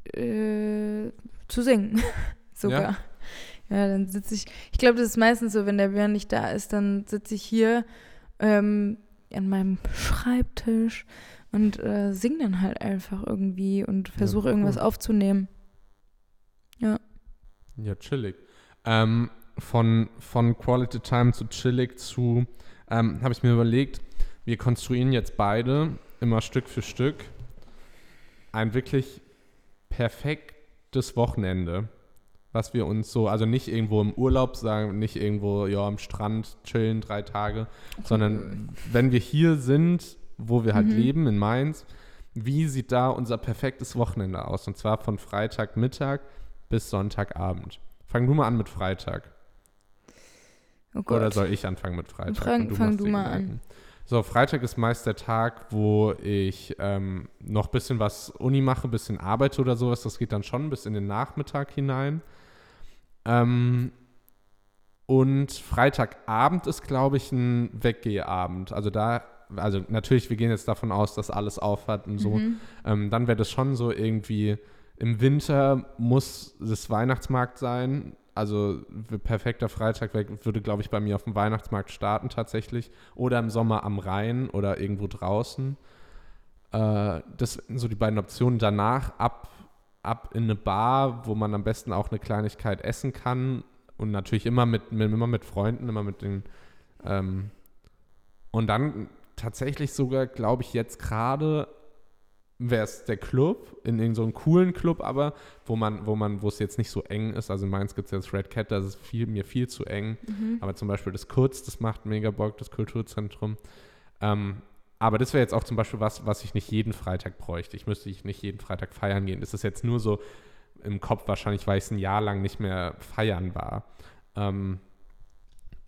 äh, zu singen sogar. Ja, dann sitze ich, ich glaube, das ist meistens so, wenn der Björn nicht da ist, dann sitze ich hier ähm, an meinem Schreibtisch und äh, singe dann halt einfach irgendwie und versuche cool. irgendwas aufzunehmen. Ja. Ja, chillig. Ähm, von, von Quality Time zu chillig zu, ähm, habe ich mir überlegt, wir konstruieren jetzt beide immer Stück für Stück ein wirklich perfektes Wochenende, was wir uns so, also nicht irgendwo im Urlaub sagen, nicht irgendwo ja, am Strand chillen, drei Tage, sondern wenn wir hier sind, wo wir halt Mhm. leben, in Mainz, wie sieht da unser perfektes Wochenende aus? Und zwar von Freitagmittag bis Sonntagabend. Fang du mal an mit Freitag. Oh Gott. Oder soll ich anfangen mit Freitag? Fang- Und fang machst du die mal Gedanken. So, Freitag ist meist der Tag, wo ich ähm, noch ein bisschen was Uni mache, ein bisschen arbeite oder sowas. Das geht dann schon bis in den Nachmittag hinein. Ähm, und Freitagabend ist, glaube ich, ein Weggehabend. Also da, also natürlich, wir gehen jetzt davon aus, dass alles aufhat und so. Mhm. Ähm, dann wäre das schon so irgendwie, im Winter muss das Weihnachtsmarkt sein. Also perfekter Freitag würde, glaube ich, bei mir auf dem Weihnachtsmarkt starten tatsächlich. Oder im Sommer am Rhein oder irgendwo draußen. Äh, das sind so die beiden Optionen. Danach ab, ab in eine Bar, wo man am besten auch eine Kleinigkeit essen kann. Und natürlich immer mit, mit, immer mit Freunden, immer mit den... Ähm, und dann tatsächlich sogar, glaube ich, jetzt gerade wäre es der Club, in irgendeinem so einem coolen Club aber, wo man, wo man, wo es jetzt nicht so eng ist. Also in Mainz gibt es ja das Red Cat, das ist viel, mir viel zu eng. Mhm. Aber zum Beispiel das Kurz, das macht mega Bock, das Kulturzentrum. Ähm, aber das wäre jetzt auch zum Beispiel was, was ich nicht jeden Freitag bräuchte. Ich müsste nicht jeden Freitag feiern gehen. Das ist jetzt nur so im Kopf wahrscheinlich, weil ich es ein Jahr lang nicht mehr feiern war. Ähm,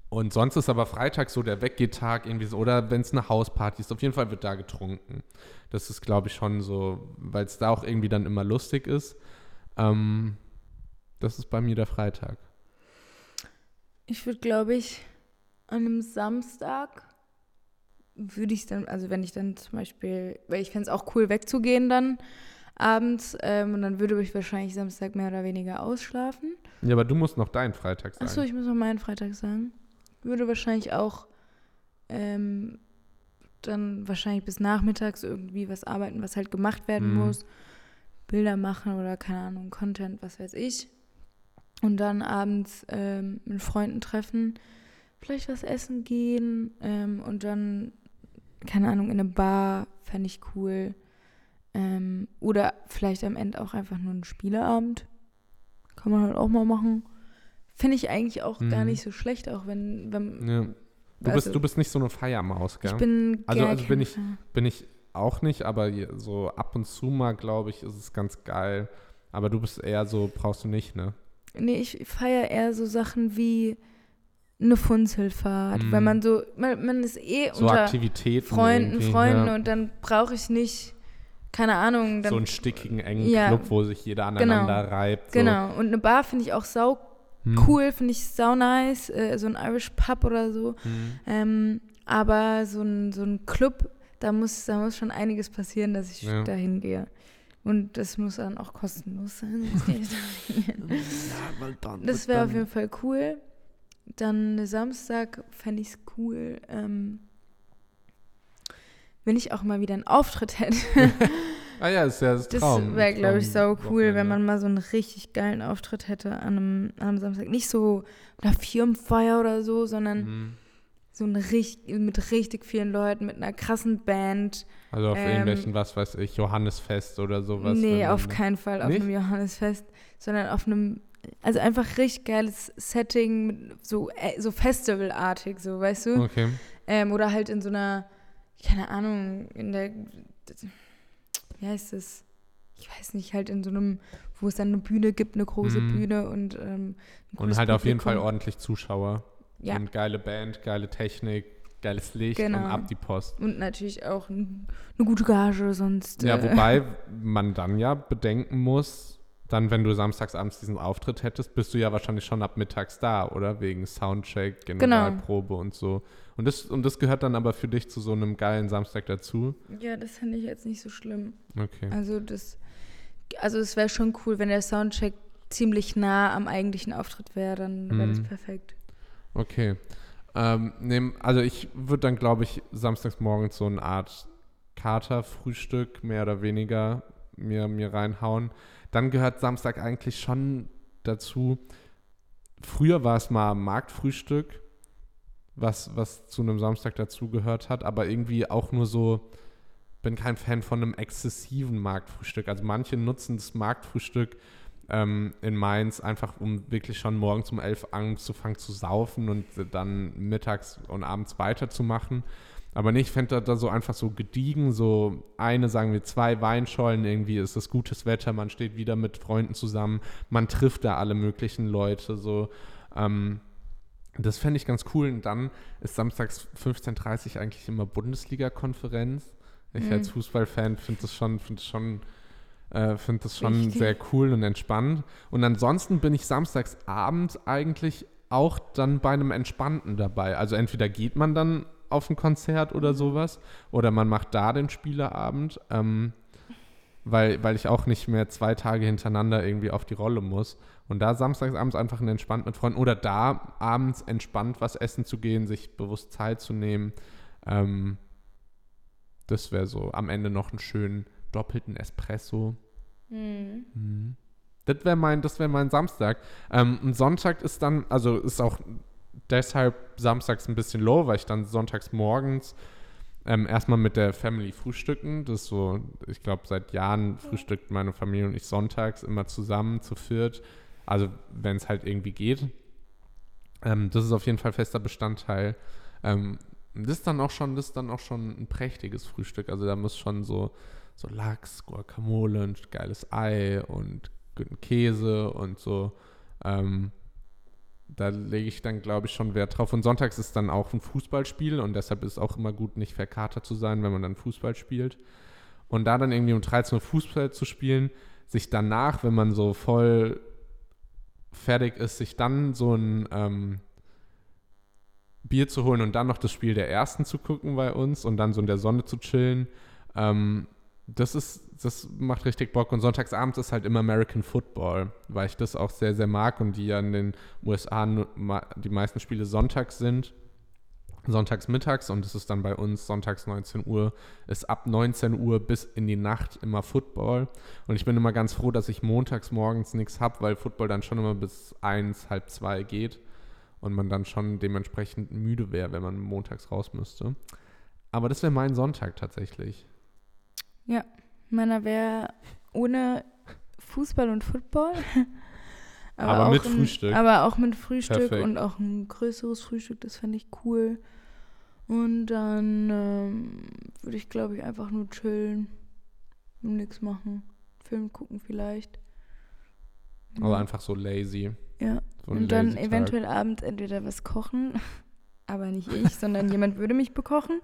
Und sonst ist aber Freitag so der Weggehtag irgendwie so, oder wenn es eine Hausparty ist, auf jeden Fall wird da getrunken. Das ist, glaube ich, schon so, weil es da auch irgendwie dann immer lustig ist. Ähm, das ist bei mir der Freitag. Ich würde, glaube ich, an einem Samstag würde ich dann, also wenn ich dann zum Beispiel, weil ich fände es auch cool wegzugehen dann abends ähm, und dann würde ich wahrscheinlich Samstag mehr oder weniger ausschlafen. Ja, aber du musst noch deinen Freitag sagen. Achso, ich muss noch meinen Freitag sagen. Würde wahrscheinlich auch ähm, dann wahrscheinlich bis nachmittags irgendwie was arbeiten, was halt gemacht werden Mhm. muss. Bilder machen oder keine Ahnung, Content, was weiß ich. Und dann abends ähm, mit Freunden treffen, vielleicht was essen gehen ähm, und dann, keine Ahnung, in eine Bar, fände ich cool. Ähm, oder vielleicht am Ende auch einfach nur einen Spieleabend. Kann man halt auch mal machen. Finde ich eigentlich auch Mhm. gar nicht so schlecht, auch wenn, wenn Ja. Du, also, bist, du bist nicht so eine Feiermaus, gell? ich bin Also- gar also bin kein ich- Fan. Bin ich auch nicht, aber je- so ab und zu mal, glaube ich, ist es ganz geil. Aber du bist eher so, brauchst du nicht, ne? Nee, ich feiere eher so Sachen wie eine Funzelfahrt, Mhm. weil man so, man, man ist eh So unter Aktivitäten Freunden, irgendwie, Freunden ja. und dann brauche ich nicht, keine Ahnung, dann, So einen stickigen, engen Ja. Club, wo sich jeder aneinander reibt. So. genau. Und eine Bar finde ich auch sau Hm. cool, finde ich sau nice, äh, so ein Irish Pub oder so. Hm. Ähm, aber so ein, so ein Club, da muss, da muss schon einiges passieren, dass ich Ja. da hingehe. Und das muss dann auch kostenlos sein. sonst gehe ich da nicht hin. Das wäre auf jeden Fall cool. Dann Samstag fände ich es cool, ähm, wenn ich auch mal wieder einen Auftritt hätte. Ah ja, ist ja das Das Traum. wäre, glaube ich, sau cool, Traumwochenende. wenn man mal so einen richtig geilen Auftritt hätte an einem, an einem Samstag. Nicht so einer Firmenfeier oder so, sondern Mhm. so ein richtig, mit richtig vielen Leuten, mit einer krassen Band. Also auf ähm, irgendwelchen, was weiß ich, Johannesfest oder sowas. nee, wenn auf man- keinen Fall auf Nicht? einem Johannesfest, sondern auf einem, also einfach richtig geiles Setting, mit so, äh, so festivalartig, so, weißt du? Okay. Ähm, oder halt in so einer, keine Ahnung, in der, wie heißt das? Ich weiß nicht, halt in so einem, wo es dann eine Bühne gibt, eine große Mhm. Bühne und ähm, ein Und cooles halt auf jeden Fall Publikum. ordentlich Zuschauer. Ja, Und geile Band, geile Technik, geiles Licht Genau. und ab die Post. und natürlich auch ein, eine gute Gage, sonst. Ja, äh, wobei man dann ja bedenken muss, dann, wenn du samstagsabends diesen Auftritt hättest, bist du ja wahrscheinlich schon ab mittags da, oder? Wegen Soundcheck, Generalprobe und so. Und das, und das gehört dann aber für dich zu so einem geilen Samstag dazu? Ja, das finde ich jetzt nicht so schlimm. Okay. Also das, also es wäre schon cool, wenn der Soundcheck ziemlich nah am eigentlichen Auftritt wäre, dann wäre das Mhm. perfekt. Okay. Ähm, nehm, also ich würde dann, glaube ich, samstags morgens so eine Art Katerfrühstück, mehr oder weniger, mir, mir reinhauen. Dann gehört Samstag eigentlich schon dazu, früher war es mal Marktfrühstück, was, was zu einem Samstag dazugehört hat, aber irgendwie auch nur so, bin kein Fan von einem exzessiven Marktfrühstück. Also manche nutzen das Marktfrühstück ähm, in Mainz einfach, um wirklich schon morgens um elf anzufangen zu saufen und dann mittags und abends weiterzumachen. Aber nee, ich fände da, da so einfach so gediegen, so eine, sagen wir zwei Weinschollen, irgendwie ist es gutes Wetter, man steht wieder mit Freunden zusammen, man trifft da alle möglichen Leute, so. Ähm, das fände ich ganz cool. Und dann ist samstags fünfzehn Uhr dreißig eigentlich immer Bundesliga-Konferenz. Ich Mhm. als Fußballfan finde das schon, finde das schon, äh, finde das schon Richtig. sehr cool und entspannt. Und ansonsten bin ich samstags abends eigentlich auch dann bei einem Entspannten dabei. Also entweder geht man dann auf ein Konzert oder sowas oder man macht da den Spieleabend, ähm, weil, weil ich auch nicht mehr zwei Tage hintereinander irgendwie auf die Rolle muss. Und da samstags abends einfach ein entspannt mit Freunden oder da abends entspannt was essen zu gehen, sich bewusst Zeit zu nehmen. Ähm, das wäre so am Ende noch einen schönen doppelten Espresso. Mhm. Mhm. Das wäre mein, das wär mein Samstag. Ähm, ein Sonntag ist dann, also ist auch deshalb samstags ein bisschen low, weil ich dann sonntags morgens ähm, erstmal mit der Family frühstücken. Das ist so, ich glaube, seit Jahren frühstückt meine Familie und ich sonntags immer zusammen zu viert. Also wenn es halt irgendwie geht. Ähm, das ist auf jeden Fall fester Bestandteil. Ähm, das ist dann auch schon, das ist dann auch schon ein prächtiges Frühstück. Also da muss schon so, so Lachs, Guacamole, ein geiles Ei und guten Käse und so. Ähm, da lege ich dann, glaube ich, schon Wert drauf. Und sonntags ist dann auch ein Fußballspiel und deshalb ist es auch immer gut, nicht verkatert zu sein, wenn man dann Fußball spielt. Und da dann irgendwie um dreizehn Uhr Fußball zu spielen, sich danach, wenn man so voll fertig ist, sich dann so ein ähm, Bier zu holen und dann noch das Spiel der Ersten zu gucken bei uns und dann so in der Sonne zu chillen, ähm, das ist, das macht richtig Bock. Und sonntagsabends ist halt immer American Football, weil ich das auch sehr, sehr mag und die ja in den U S A nur, die meisten Spiele sonntags sind, sonntags mittags und es ist dann bei uns sonntags neunzehn Uhr, ist ab neunzehn Uhr bis in die Nacht immer Football. Und ich bin immer ganz froh, dass ich montags morgens nichts habe, weil Football dann schon immer bis eins, halb zwei geht und man dann schon dementsprechend müde wäre, wenn man montags raus müsste. Aber das wäre mein Sonntag tatsächlich. Ja, meiner wäre ohne Fußball und Football. aber aber auch mit ein, Frühstück. Aber auch mit Frühstück Perfekt. Und auch ein größeres Frühstück, das fände ich cool. Und dann ähm, würde ich, glaube ich, einfach nur chillen und nichts machen. Film gucken vielleicht. Also einfach so lazy. Ja, so ein und dann lazy Tag. eventuell abends entweder was kochen, aber nicht ich, sondern jemand würde mich bekochen,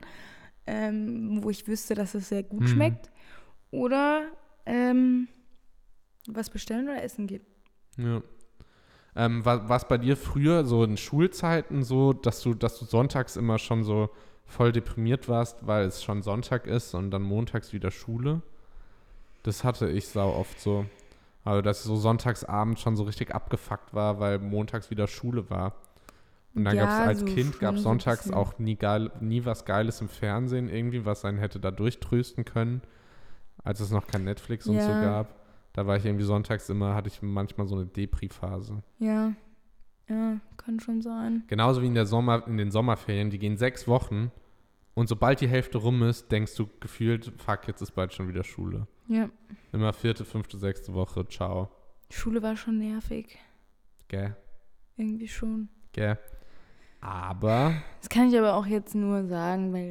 ähm, wo ich wüsste, dass es sehr gut Mhm. schmeckt. Oder ähm, was bestellen oder essen gehen. Ja. Ähm, war es bei dir früher so in Schulzeiten so, dass du, dass du sonntags immer schon so voll deprimiert warst, weil es schon Sonntag ist und dann montags wieder Schule? Das hatte ich sau oft so. Also, dass ich so sonntagsabend schon so richtig abgefuckt war, weil montags wieder Schule war. Und dann Ja, gab es als so Kind, schon gab es so ein sonntags bisschen. auch nie, geil, nie was Geiles im Fernsehen irgendwie, was einen hätte da durchtrösten können, als es noch kein Netflix und so Ja. gab. Da war ich irgendwie sonntags immer, hatte ich manchmal so eine Depri-Phase. Ja, ja, kann schon sein. Genauso wie in, der Sommer, in den Sommerferien, die gehen sechs Wochen und sobald die Hälfte rum ist, denkst du gefühlt, fuck, jetzt ist bald schon wieder Schule. Ja, Immer vierte, fünfte, sechste Woche, ciao. Schule war schon nervig. Gell, Irgendwie schon. gell. Aber, Das kann ich aber auch jetzt nur sagen, weil,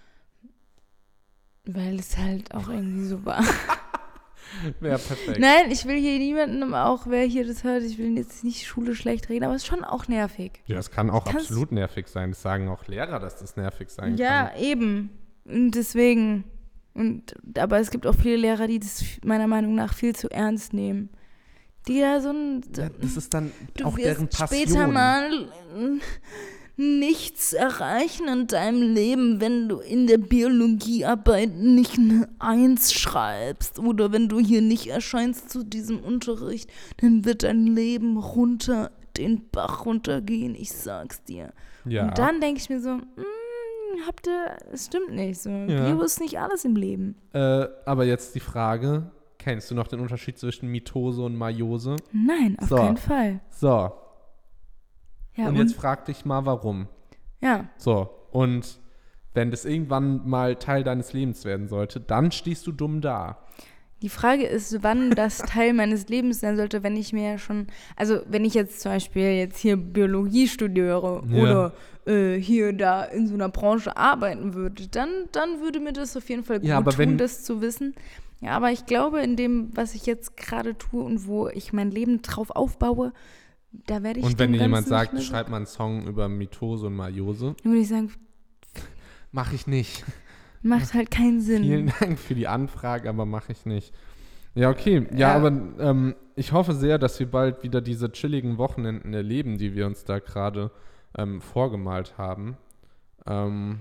weil es halt auch irgendwie so war. wäre perfekt. Nein, ich will hier niemandem, auch wer hier das hört, ich will jetzt nicht Schule schlecht reden, aber es ist schon auch nervig. Ja, es kann auch Kannst- absolut nervig sein. Das sagen auch Lehrer, dass das nervig sein Ja, kann. eben. Und deswegen. Und, aber es gibt auch viele Lehrer, die das meiner Meinung nach viel zu ernst nehmen. Die da so ein. Ja, das ist dann Du auch wirst deren Passion. später mal nichts erreichen in deinem Leben, wenn du in der Biologiearbeit nicht eine Eins schreibst oder wenn du hier nicht erscheinst zu diesem Unterricht, dann wird dein Leben runter, den Bach runtergehen, ich sag's dir. Ja. Und dann denke ich mir so, mm, habt ihr, es stimmt nicht so. Ja. Bio ist nicht alles im Leben. Äh, aber jetzt die Frage, kennst du noch den Unterschied zwischen Mitose und Meiose? Nein, auf So. keinen Fall. So, Ja, und und, jetzt frag dich mal, warum. ja, So, und wenn das irgendwann mal Teil deines Lebens werden sollte, dann stehst du dumm da. die Frage ist, wann das Teil meines Lebens sein sollte, wenn ich mir ja schon, also wenn ich jetzt zum Beispiel jetzt hier Biologie studiere Ja. oder äh, hier da in so einer Branche arbeiten würde, dann, dann würde mir das auf jeden Fall gut Ja, aber tun, wenn- das zu wissen. Ja, aber ich glaube, in dem, was ich jetzt gerade tue und wo ich mein Leben drauf aufbaue, da werde ich Und wenn dem dir jemand Ganzen sagt, nicht mehr so- schreib mal einen Song über Mitose und Meiose, dann würde ich sagen, mach ich nicht. macht halt keinen Sinn. Vielen Dank für die Anfrage, aber mache ich nicht. Ja, okay. Ja, Ja. aber ähm, ich hoffe sehr, dass wir bald wieder diese chilligen Wochenenden erleben, die wir uns da gerade ähm, vorgemalt haben. Ähm,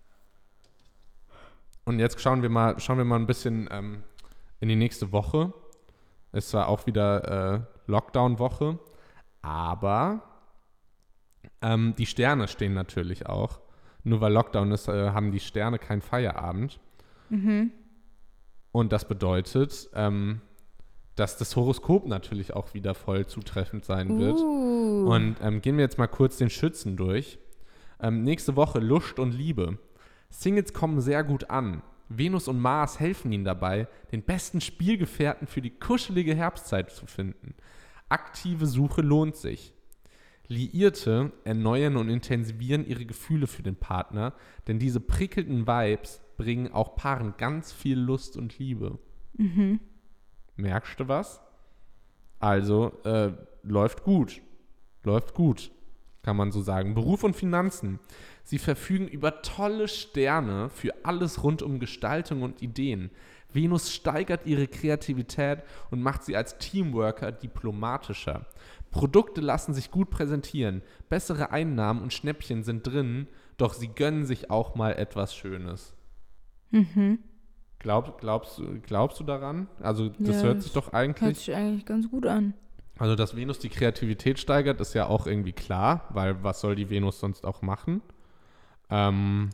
und jetzt schauen wir mal, schauen wir mal ein bisschen ähm, in die nächste Woche. Es war auch wieder äh, Lockdown-Woche, aber ähm, die Sterne stehen natürlich auch. Nur weil Lockdown ist, äh, haben die Sterne keinen Feierabend. Mhm. Und das bedeutet, ähm, dass das Horoskop natürlich auch wieder voll zutreffend sein wird. Uh. Und ähm, gehen wir jetzt mal kurz den Schützen durch. Ähm, nächste Woche Lust und Liebe. Singles kommen sehr gut an. Venus und Mars helfen ihnen dabei, den besten Spielgefährten für die kuschelige Herbstzeit zu finden. Aktive Suche lohnt sich. Liierte erneuern und intensivieren ihre Gefühle für den Partner, denn diese prickelnden Vibes bringen auch Paaren ganz viel Lust und Liebe. Mhm. Merkst du was? Also, äh, läuft gut. Läuft gut. kann man so sagen. Beruf und Finanzen. Sie verfügen über tolle Sterne für alles rund um Gestaltung und Ideen. Venus steigert ihre Kreativität und macht sie als Teamworker diplomatischer. Produkte lassen sich gut präsentieren. Bessere Einnahmen und Schnäppchen sind drin, doch sie gönnen sich auch mal etwas Schönes. Mhm. Glaub, glaubst, glaubst du daran? Also das Ja, hört das sich doch Hört eigentlich... sich eigentlich ganz gut an. Also, dass Venus die Kreativität steigert, ist ja auch irgendwie klar, weil was soll die Venus sonst auch machen? Ähm,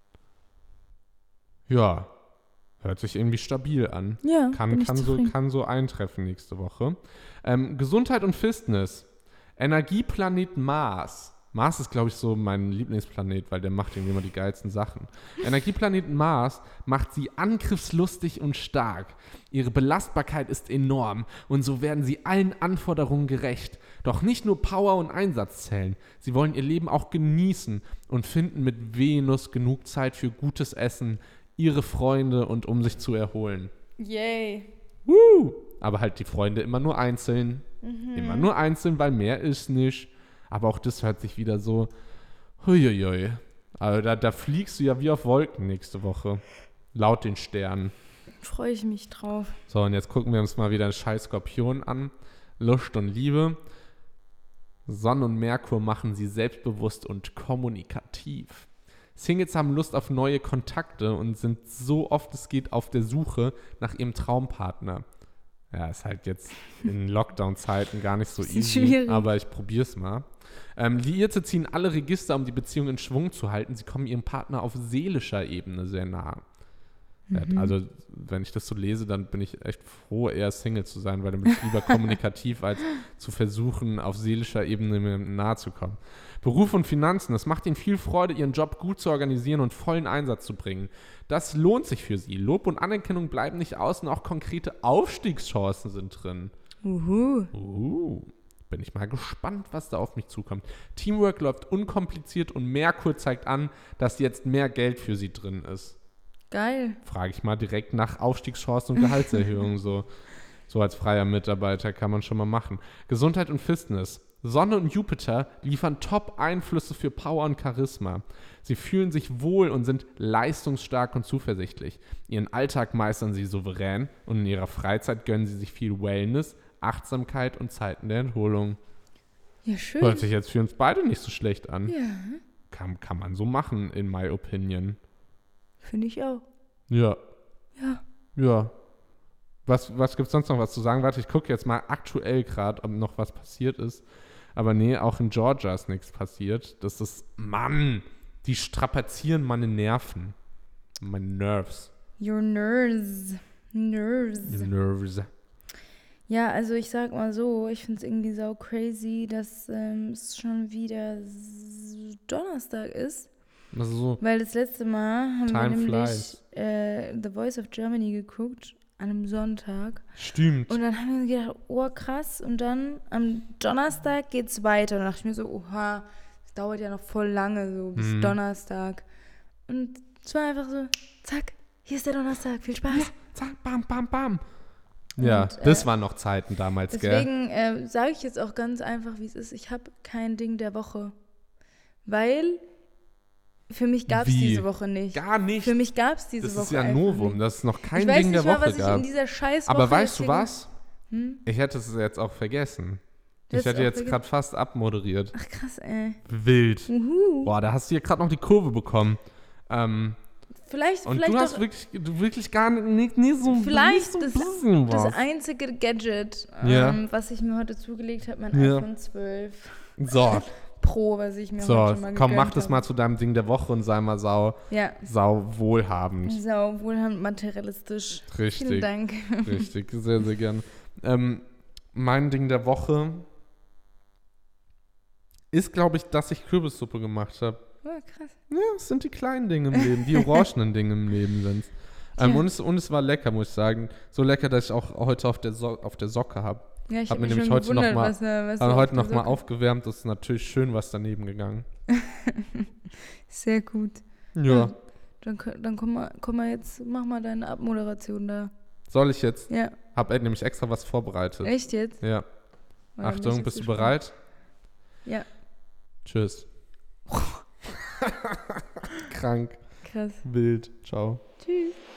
ja, hört sich irgendwie stabil an. Ja, Kann, bin ich kann, so, zufrieden. kann so eintreffen nächste Woche. Ähm, Gesundheit und Fitness. Energieplanet Mars. Mars ist, glaube ich, so mein Lieblingsplanet, weil der macht irgendwie immer die geilsten Sachen. Energieplanet Mars macht sie angriffslustig und stark. Ihre Belastbarkeit ist enorm und so werden sie allen Anforderungen gerecht. Doch nicht nur Power und Einsatz zählen. Sie wollen ihr Leben auch genießen und finden mit Venus genug Zeit für gutes Essen, ihre Freunde und um sich zu erholen. Yay. Woo! Aber halt die Freunde immer nur einzeln. Mhm. Immer nur einzeln, weil mehr ist nicht. Aber auch das hört sich wieder so, huiuiui. Also da, da fliegst du ja wie auf Wolken nächste Woche. Laut den Sternen. Freue ich mich drauf. So, und jetzt gucken wir uns mal wieder einen scheiß Skorpion an. Lust und Liebe. Sonne und Merkur machen sie selbstbewusst und kommunikativ. Singles haben Lust auf neue Kontakte und sind so oft es geht auf der Suche nach ihrem Traumpartner. Ja, ist halt jetzt in Lockdown-Zeiten gar nicht so Ist easy, schwierig. aber ich probier's mal. Ähm, Liierte ziehen alle Register, um die Beziehung in Schwung zu halten. Sie kommen ihrem Partner auf seelischer Ebene sehr nah. Ja, Mhm. also, wenn ich das so lese, dann bin ich echt froh, eher Single zu sein, weil dann bin ich lieber kommunikativ, als zu versuchen, auf seelischer Ebene mir nahe zu kommen. Beruf und Finanzen. Es macht ihnen viel Freude, ihren Job gut zu organisieren und vollen Einsatz zu bringen. Das lohnt sich für sie. Lob und Anerkennung bleiben nicht aus und auch konkrete Aufstiegschancen sind drin. Uhu. Uh, bin ich mal gespannt, was da auf mich zukommt. Teamwork läuft unkompliziert und Merkur zeigt an, dass jetzt mehr Geld für sie drin ist. Geil. Frage ich mal direkt nach Aufstiegschancen und Gehaltserhöhung. so, so als freier Mitarbeiter kann man schon mal machen. Gesundheit und Fitness. Sonne und Jupiter liefern Top-Einflüsse für Power und Charisma. Sie fühlen sich wohl und sind leistungsstark und zuversichtlich. Ihren Alltag meistern sie souverän und in ihrer Freizeit gönnen sie sich viel Wellness, Achtsamkeit und Zeiten der Erholung. Ja, schön. Hört sich jetzt für uns beide nicht so schlecht an. Ja, Kann, kann man so machen, in my opinion. finde ich auch. Ja. Ja. Ja. Was, was gibt es sonst noch was zu sagen? Warte, ich gucke jetzt mal aktuell gerade, ob noch was passiert ist. Aber nee, auch in Georgia ist nichts passiert. Das ist, Mann, die strapazieren meine Nerven. Meine Nerves. Your nerves. Nerves. Die Nerves. Ja, also ich sag mal so, ich finde es irgendwie sau crazy, dass ähm, es schon wieder s- Donnerstag ist. Also so, Weil das letzte Mal haben Time wir nämlich flies. äh, The Voice of Germany geguckt, an einem Sonntag. stimmt. Und dann haben wir gedacht, oh krass. Und dann am Donnerstag geht's weiter. Und dann dachte ich mir so, oha, das dauert ja noch voll lange, so bis Mhm. Donnerstag. Und es war einfach so, zack, hier ist der Donnerstag, viel Spaß. Zack, bam, bam, bam. Ja, Und, das äh, waren noch Zeiten damals, gell? Deswegen äh, sage ich jetzt auch ganz einfach, wie es ist. Ich habe kein Ding der Woche. Weil für mich gab es Wie? diese Woche nicht. Gar nicht. Für mich gab es diese Das Woche ist ja einfach Novum, nicht. dass es noch kein ich weiß Ding nicht der mal, Woche was ich gab. in dieser scheiß Aber Woche weißt du jetzt was? Hm? Ich hätte es jetzt auch vergessen. Du Ich hast hätte auch jetzt vergessen? gerade fast abmoderiert. Ach krass, ey. Wild. Uhu. Boah, da hast du hier gerade noch die Kurve bekommen. Ähm, Vielleicht, und vielleicht du hast doch wirklich, du wirklich gar nicht, nie so, Vielleicht nicht so ein das- bisschen das was. einzige Gadget, Ja. ähm, was ich mir heute zugelegt habe, mein Ja. iPhone zwölf So, Pro, was ich mir so, heute mal komm, mach gegönnt das mal habe. zu deinem Ding der Woche und sei mal sau, Ja, sau wohlhabend. so wohlhabend materialistisch. Vielen Richtig, Dank. richtig, sehr, sehr gern. Ähm, mein Ding der Woche ist, glaube ich, dass ich Kürbissuppe gemacht habe. Oh, krass. Ja, es sind die kleinen Dinge im Leben, die orangenen Dinge im Leben sind. Ähm, Tja. und, es, und es war lecker, muss ich sagen. So lecker, dass ich auch heute auf der, so auf der Socke habe. Ja, ich Hab habe mir mich nämlich schon heute noch gewundert, mal- was, äh, was Aber du heute auf der nochmal Socke- aufgewärmt, ist natürlich schön was daneben gegangen. Sehr gut. Ja. Dann, kö- dann komm, mal, komm mal jetzt, mach mal deine Abmoderation da. Soll ich jetzt? Ja, Hab Ed nämlich extra was vorbereitet. echt jetzt? Ja. Oh, dann bin ich Achtung, jetzt bist du gespannt. bereit? Ja. Tschüss. Krank. Krass. Wild. Ciao. Tschüss.